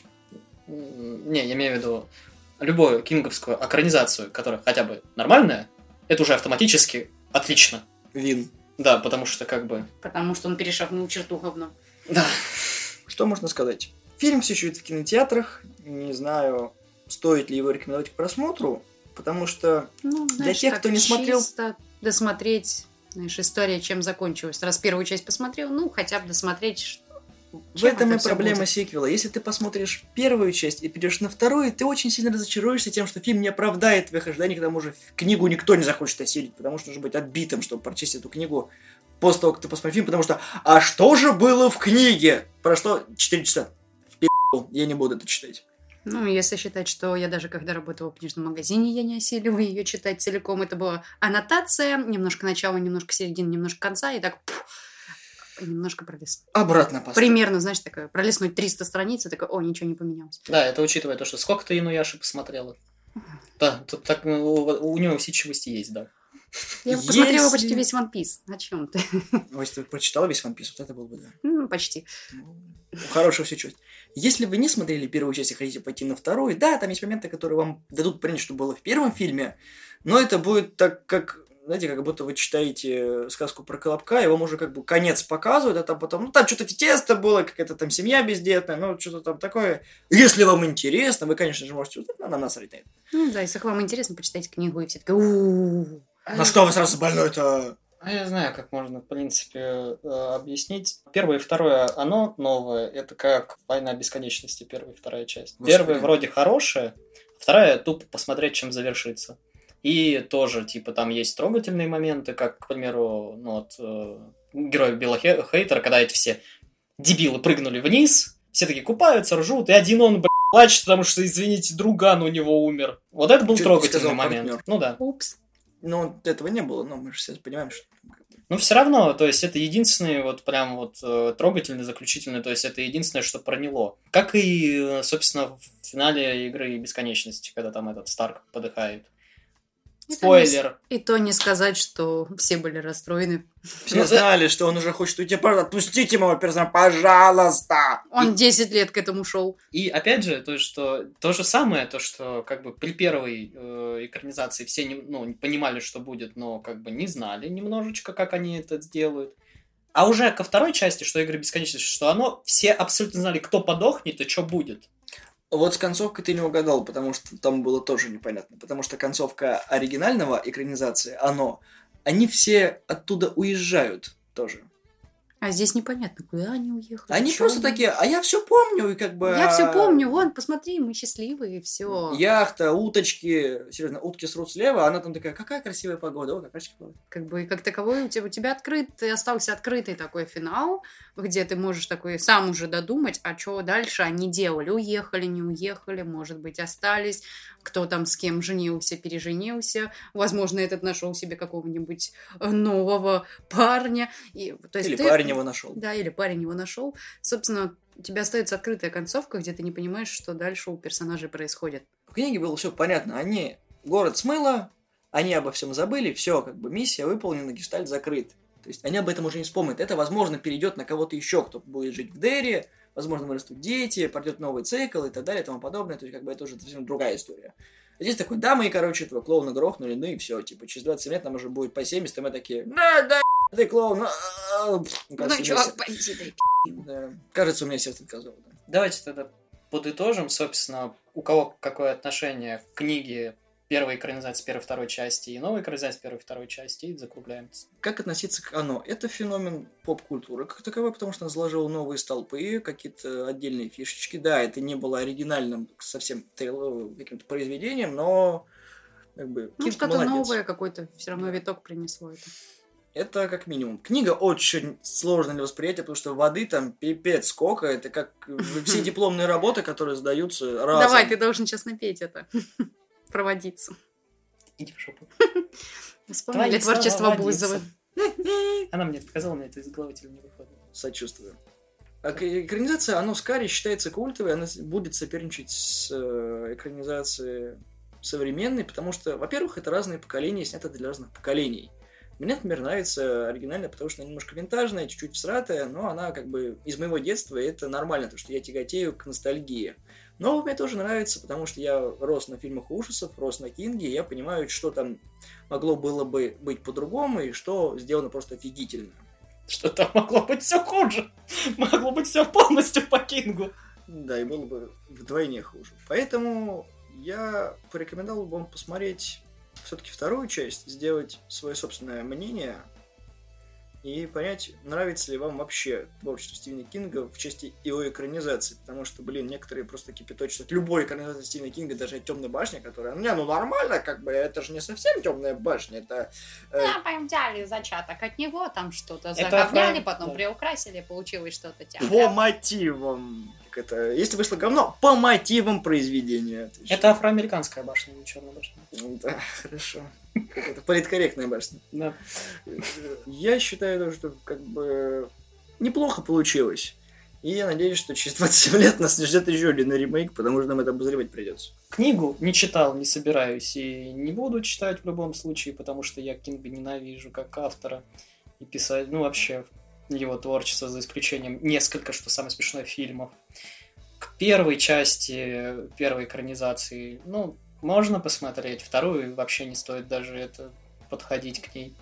Не, я имею в виду любую кинговскую экранизацию, которая хотя бы нормальная, это уже автоматически отлично. Вин. Да, потому что как бы... Потому что он перешагнул черту говно. Да. Что можно сказать? Фильм все еще в кинотеатрах. Не знаю, стоит ли его рекомендовать к просмотру, потому что Ну, для знаешь, тех, так кто не смотрел... чисто досмотреть, знаешь, история чем закончилась. Раз первую часть посмотрел, ну, хотя бы досмотреть... В чем этом это и всё проблема будет. сиквела. Если ты посмотришь первую часть и перейдешь на вторую, ты очень сильно разочаруешься тем, что фильм не оправдает твоих ожиданий, к тому же в книгу никто не захочет осилить, потому что нужно быть отбитым, чтобы прочесть эту книгу после того, как ты посмотрел фильм, потому что «А что же было в книге?» Прошло четыре часа. В пи***у. Я не буду это читать. Ну, если считать, что я даже когда работала в книжном магазине, я не осиливала ее читать целиком. Это была аннотация, немножко начала, немножко середины, немножко конца, и так пф, немножко пролез. Обратно поставь. Примерно, знаешь, такое, пролистнуть триста страниц, и такое, о, ничего не поменялось. Да, это учитывая то, что сколько ты Инуяши посмотрела. Да, тут так ну, у, у него усидчивости есть, да. Я Если- посмотрела почти весь One Piece. О чем ты? Ну, если ты прочитала весь One Piece, вот это было бы, да. Ну, почти. Ну, хорошего все чувств. Если вы не смотрели первую часть и хотите пойти на вторую, да, там есть моменты, которые вам дадут понять, что было в первом фильме, но это будет так, как, знаете, как будто вы читаете сказку про Колобка, и вам уже как бы конец показывают, а там потом, ну, там что-то тесто было, какая-то там семья бездетная, ну, что-то там такое. Если вам интересно, вы, конечно же, можете узнать, но на нас на это. Ну, да, если вам интересно, почитайте книгу, и все таки у На что вы сразу больной-то? А я знаю, как можно, в принципе, э, объяснить. Первое и второе, оно новое. Это как «Война бесконечности», первая и вторая часть. Господи. Первая вроде хорошая, вторая тупо посмотреть, чем завершится. И тоже, типа, там есть трогательные моменты, как, к примеру, ну, вот, э, герой Билла Хе- Хейтера, когда эти все дебилы прыгнули вниз, все такие купаются, ржут, и один он, блядь, плачет, потому что, извините, друган у него умер. Вот это был Чуть не трогательный сказал момент. партнер. Ну да. Упс. Ну, этого не было, но мы же все понимаем, что... Ну, все равно, то есть, это единственный вот прям вот э, трогательный, заключительный, то есть, это единственное, что проняло. Как и, э, собственно, в финале игры Бесконечности, когда там этот Старк подыхает. И то Спойлер. не- И то не сказать, что все были расстроены. Все Ну, знали, что он уже хочет уйти. Пожалуйста, отпустите моего персонажа, пожалуйста. Он десять лет к этому шел. И опять же, то, что то же самое, то, что как бы при первой э, экранизации все не, ну, понимали, что будет, но как бы не знали немножечко, как они это сделают. А уже ко второй части, что игры Бесконечности, что оно, все абсолютно знали, кто подохнет и что будет. Вот с концовкой ты не угадал, потому что там было тоже непонятно. Потому что концовка оригинального экранизации, оно, они все оттуда уезжают тоже. А здесь непонятно, куда они уехали. Они чё просто они. такие, а я все помню, и как бы... Я все помню, вон, посмотри, мы счастливые, все. Яхта, уточки, серьезно, утки срут слева, а она там такая, какая красивая погода, о, как красиво плавает. Как бы, как таковой, у тебя, у тебя открыт, ты остался открытый такой финал, где ты можешь такой сам уже додумать, а что дальше они делали. Уехали, не уехали, может быть, остались, кто там с кем женился, переженился. Возможно, этот нашел себе какого-нибудь нового парня. И, то есть Или ты- парень его нашел. Да, или парень его нашел. Собственно, у тебя остается открытая концовка, где ты не понимаешь, что дальше у персонажей происходит. В книге было все понятно. Они город смыло, они обо всем забыли, все, как бы миссия выполнена, гештальт закрыт. То есть они об этом уже не вспомнят. Это, возможно, перейдет на кого-то еще, кто будет жить в Дерри, возможно, вырастут дети, пройдет новый цикл и так далее и тому подобное. То есть, как бы это уже совсем другая история. А здесь такой, да, мы, короче, этого клоуна грохнули, ну и все. Типа, через двадцать лет нам уже будет по семьдесят, и мы такие, да, да, ты клоун. а, а». Ну, Кажется, у меня чувак, се- пойди, дай да. Кажется, у меня сердце отказало. да. Давайте тогда подытожим, собственно, у кого какое отношение к книге первой экранизации первой и второй части и новой экранизации первой и второй части, и закругляем. Как относиться к оно? Это феномен поп-культуры как таковой, потому что он заложил новые столпы, какие-то отдельные фишечки. Да, это не было оригинальным совсем трейл- каким-то произведением, но как бы Ну, Кинг что-то молодец. новое, какой-то все равно виток принесло это. Это как минимум. Книга очень сложная для восприятия, потому что воды там пипец сколько. Это как все дипломные работы, которые сдаются разом. Давай, ты должен сейчас напеть это. Проводиться. Иди в жопу. Вспомнили Твои творчество слова Бузовой. водица. Она мне показала, мне это из головы теперь не выходит. Сочувствую. А экранизация «Оно Скари» считается культовой, она будет соперничать с экранизацией современной, потому что, во-первых, это разные поколения, снято для разных поколений. Мне, например, нравится оригинальная, потому что она немножко винтажная, чуть-чуть всратая, но она как бы из моего детства, и это нормально, потому что я тяготею к ностальгии. Но мне тоже нравится, потому что я рос на фильмах ужасов, рос на Кинге, и я понимаю, что там могло было бы быть по-другому, и что сделано просто офигительно. Что там могло быть все хуже. Могло быть все полностью по Кингу. Да, и было бы вдвойне хуже. Поэтому я порекомендовал бы вам посмотреть все-таки вторую часть, сделать свое собственное мнение и понять, нравится ли вам вообще творчество Стивена Кинга в части его экранизации. Потому что, блин, некоторые просто кипяточат от любой экранизации Стивена Кинга, даже от «Темной башни», которая, не, ну нормально, как бы, это же не совсем «Темная башня», это... Э... Да, прям взяли зачаток от него, там что-то Это заговняли, прям- потом да. приукрасили, получилось что-то По тяжелое. мотивам. Как это, если вышло говно, по мотивам произведения. То есть- Это афроамериканская башня, не черная башня. Ну да, хорошо. Какая-то политкорректная башня. Да. Я считаю, тоже, что как бы неплохо получилось. И я надеюсь, что через двадцать семь лет нас ждет еще один ремейк, потому что нам это обозревать придется. Книгу не читал, не собираюсь и не буду читать в любом случае, потому что я Кинга ненавижу как автора и писать, ну вообще его творчество, за исключением несколько, что самое смешное, фильмов. К первой части, первой экранизации, ну, можно посмотреть, вторую вообще не стоит даже это подходить к ней.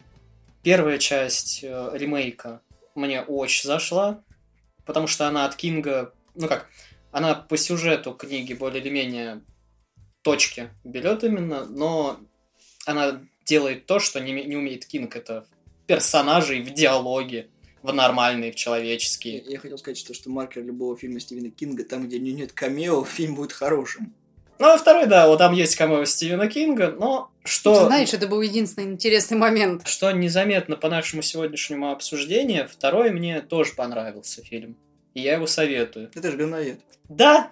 Первая часть э, ремейка мне очень зашла, потому что она от Кинга, ну как, она по сюжету книги более или менее точки берет именно, но она делает то, что не, не умеет Кинг, это персонажей в диалоге, в нормальные, в Я, человеческие. я хотел сказать, что, что маркер любого фильма Стивена Кинга, там, где у него нет камео, фильм будет хорошим. Ну, а второй, да, вот там есть камео Стивена Кинга, но что... Ты знаешь, это был единственный интересный момент. Что незаметно по нашему сегодняшнему обсуждению, второй мне тоже понравился фильм. И я его советую. Это же говноед. Да,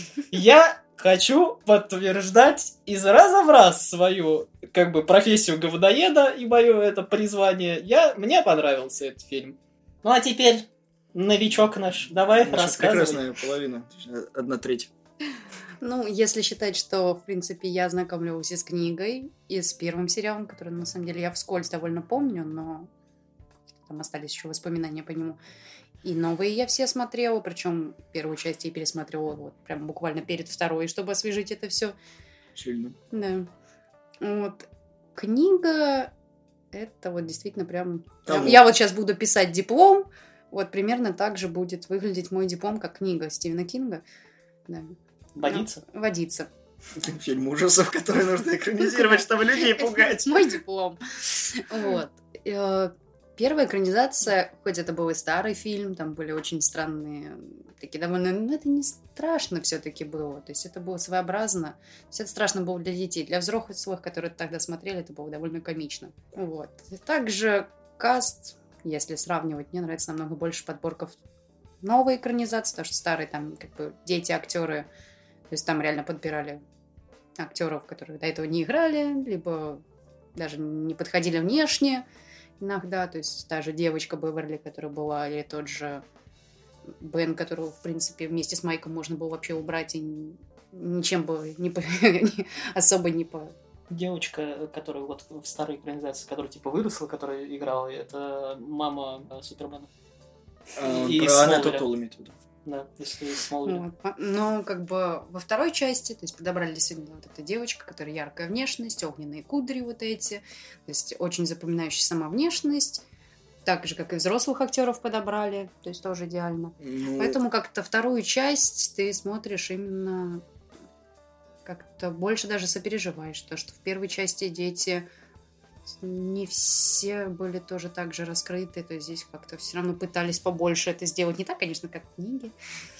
я хочу подтверждать из раза в раз свою как бы профессию говноеда и мое это призвание. Я, мне понравился этот фильм. Ну, а теперь, новичок наш, давай Наша рассказывай. прекрасная половина, одна треть. Ну, если считать, что, в принципе, я знакомилась и с книгой, и с первым сериалом, который, на самом деле, я вскользь довольно помню, но там остались еще воспоминания по нему. И новые я все смотрела, причем первую часть я пересмотрела вот прям буквально перед второй, чтобы освежить это все. Сильно. Да. Вот. Книга, это вот действительно прям... Там Я вот сейчас буду писать диплом, вот примерно так же будет выглядеть мой диплом, как книга Стивена Кинга. Да. Водиться? Ну, водиться. Фильм ужасов, который нужно экранизировать, чтобы людей пугать. Мой диплом. Вот. Э, Первая экранизация, хоть это был и старый фильм, там были очень странные, такие довольно... Ну, это не страшно все-таки было. То есть это было своеобразно. То есть это страшно было для детей. Для взрослых, которые тогда смотрели, это было довольно комично. Вот. И также каст, если сравнивать, мне нравится намного больше подборка новой экранизации, потому что старые там как бы дети-актеры, то есть там реально подбирали актеров, которые до этого не играли, либо даже не подходили внешне иногда. То есть та же девочка Беверли, которая была, или тот же Бен, которого, в принципе, вместе с Майком можно было вообще убрать, и ничем бы не по... особо не по... Девочка, которая вот в старой экранизации, которая типа выросла, которая играла, это мама э, Супермена. А, И Про Аннету Смолвиля. Толл имеет в виду. Да, если Смолвиля. Вот. Но как бы во второй части, то есть подобрали действительно вот эта девочка, которая яркая внешность, огненные кудри вот эти, то есть очень запоминающая сама внешность, так же, как и взрослых актеров подобрали, то есть тоже идеально. Ну, Поэтому как-то вторую часть ты смотришь именно как-то больше даже сопереживаешь, то, что в первой части дети не все были тоже так же раскрыты, то есть здесь как-то все равно пытались побольше это сделать. Не так, конечно, как в книге.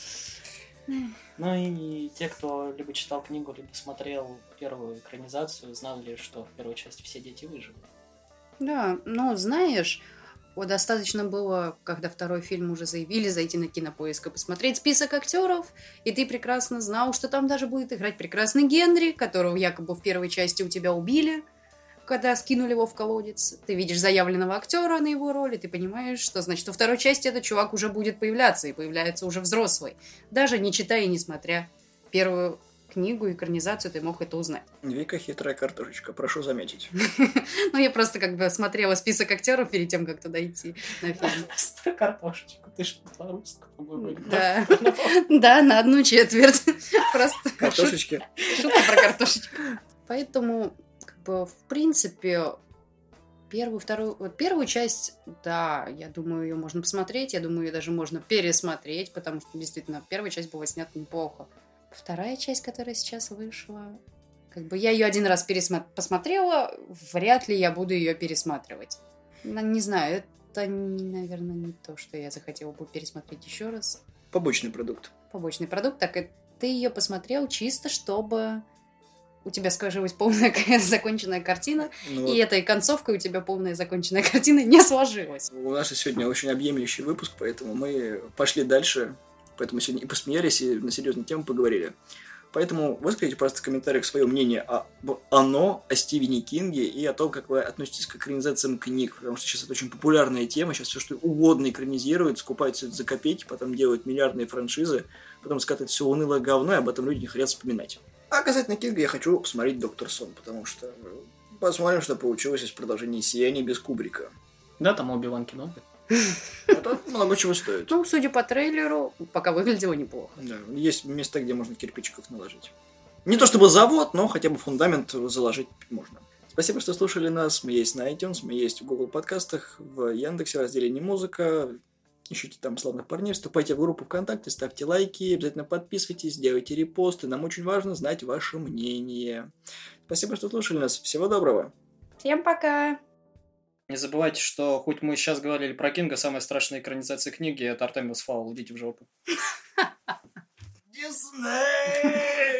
Ну и те, кто либо читал книгу, либо смотрел первую экранизацию, знали, что в первой части все дети выживут. Да, но знаешь, вот достаточно было, когда второй фильм уже заявили, зайти на Кинопоиск и посмотреть список актеров, и ты прекрасно знал, что там даже будет играть прекрасный Генри, которого якобы в первой части у тебя убили, когда скинули его в колодец, ты видишь заявленного актера на его роли, ты понимаешь, что значит во второй части этот чувак уже будет появляться, и появляется уже взрослый. Даже не читая и не смотря первую книгу, экранизацию, ты мог это узнать. Вика хитрая картошечка, прошу заметить. Ну, я просто как бы смотрела список актеров перед тем, как туда идти на фильм. Про картошечку, ты что, по-русски, по-моему? Да, да, на одну четверть. Просто Картошечки. шутка про картошечку. Поэтому, как бы, в принципе, первую, вторую, вот первую часть, да, я думаю, ее можно посмотреть, я думаю, ее даже можно пересмотреть, потому что, действительно, первая часть была снята неплохо. Вторая часть, которая сейчас вышла, как бы я ее один раз пересма- посмотрела, вряд ли я буду ее пересматривать. Ну, не знаю, это, не, наверное, не то, что я захотела бы пересмотреть еще раз. Побочный продукт. Побочный продукт, так и ты ее посмотрел чисто, чтобы у тебя сложилась полная законченная картина, Ну, и этой концовкой у тебя полная законченная картина не сложилась. у нас сегодня очень объемлющий выпуск, поэтому мы пошли дальше. Поэтому сегодня и посмеялись, и на серьезную тему поговорили. Поэтому выскажите, пожалуйста, в комментариях свое мнение о «Оно», о Стивене Кинге и о том, как вы относитесь к экранизациям книг. Потому что сейчас это очень популярная тема. Сейчас все, что угодно экранизируют, скупают все это за копейки, потом делают миллиардные франшизы, потом скатывают все унылое говно, и об этом люди не хотят вспоминать. А касательно Кинга я хочу посмотреть «Доктор Сон», потому что посмотрим, что получилось из продолжения «Сияния» без Кубрика. Да, там Оби-Ван Кеноби. Это много чего стоит. Ну, судя по трейлеру, пока выглядело неплохо. Да, есть места, где можно кирпичиков наложить. Не то чтобы завод, но хотя бы фундамент заложить можно. Спасибо, что слушали нас. Мы есть на iTunes, мы есть в Google подкастах, в Яндексе, в разделе «Не музыка». Ищите там славных парней, вступайте в группу ВКонтакте, ставьте лайки, обязательно подписывайтесь, делайте репосты. Нам очень важно знать ваше мнение. Спасибо, что слушали нас. Всего доброго. Всем пока! Не забывайте, что хоть мы сейчас говорили про Кинга, самая страшная экранизация книги — это Артемиус Фаул. Идите в жопу. Дисней!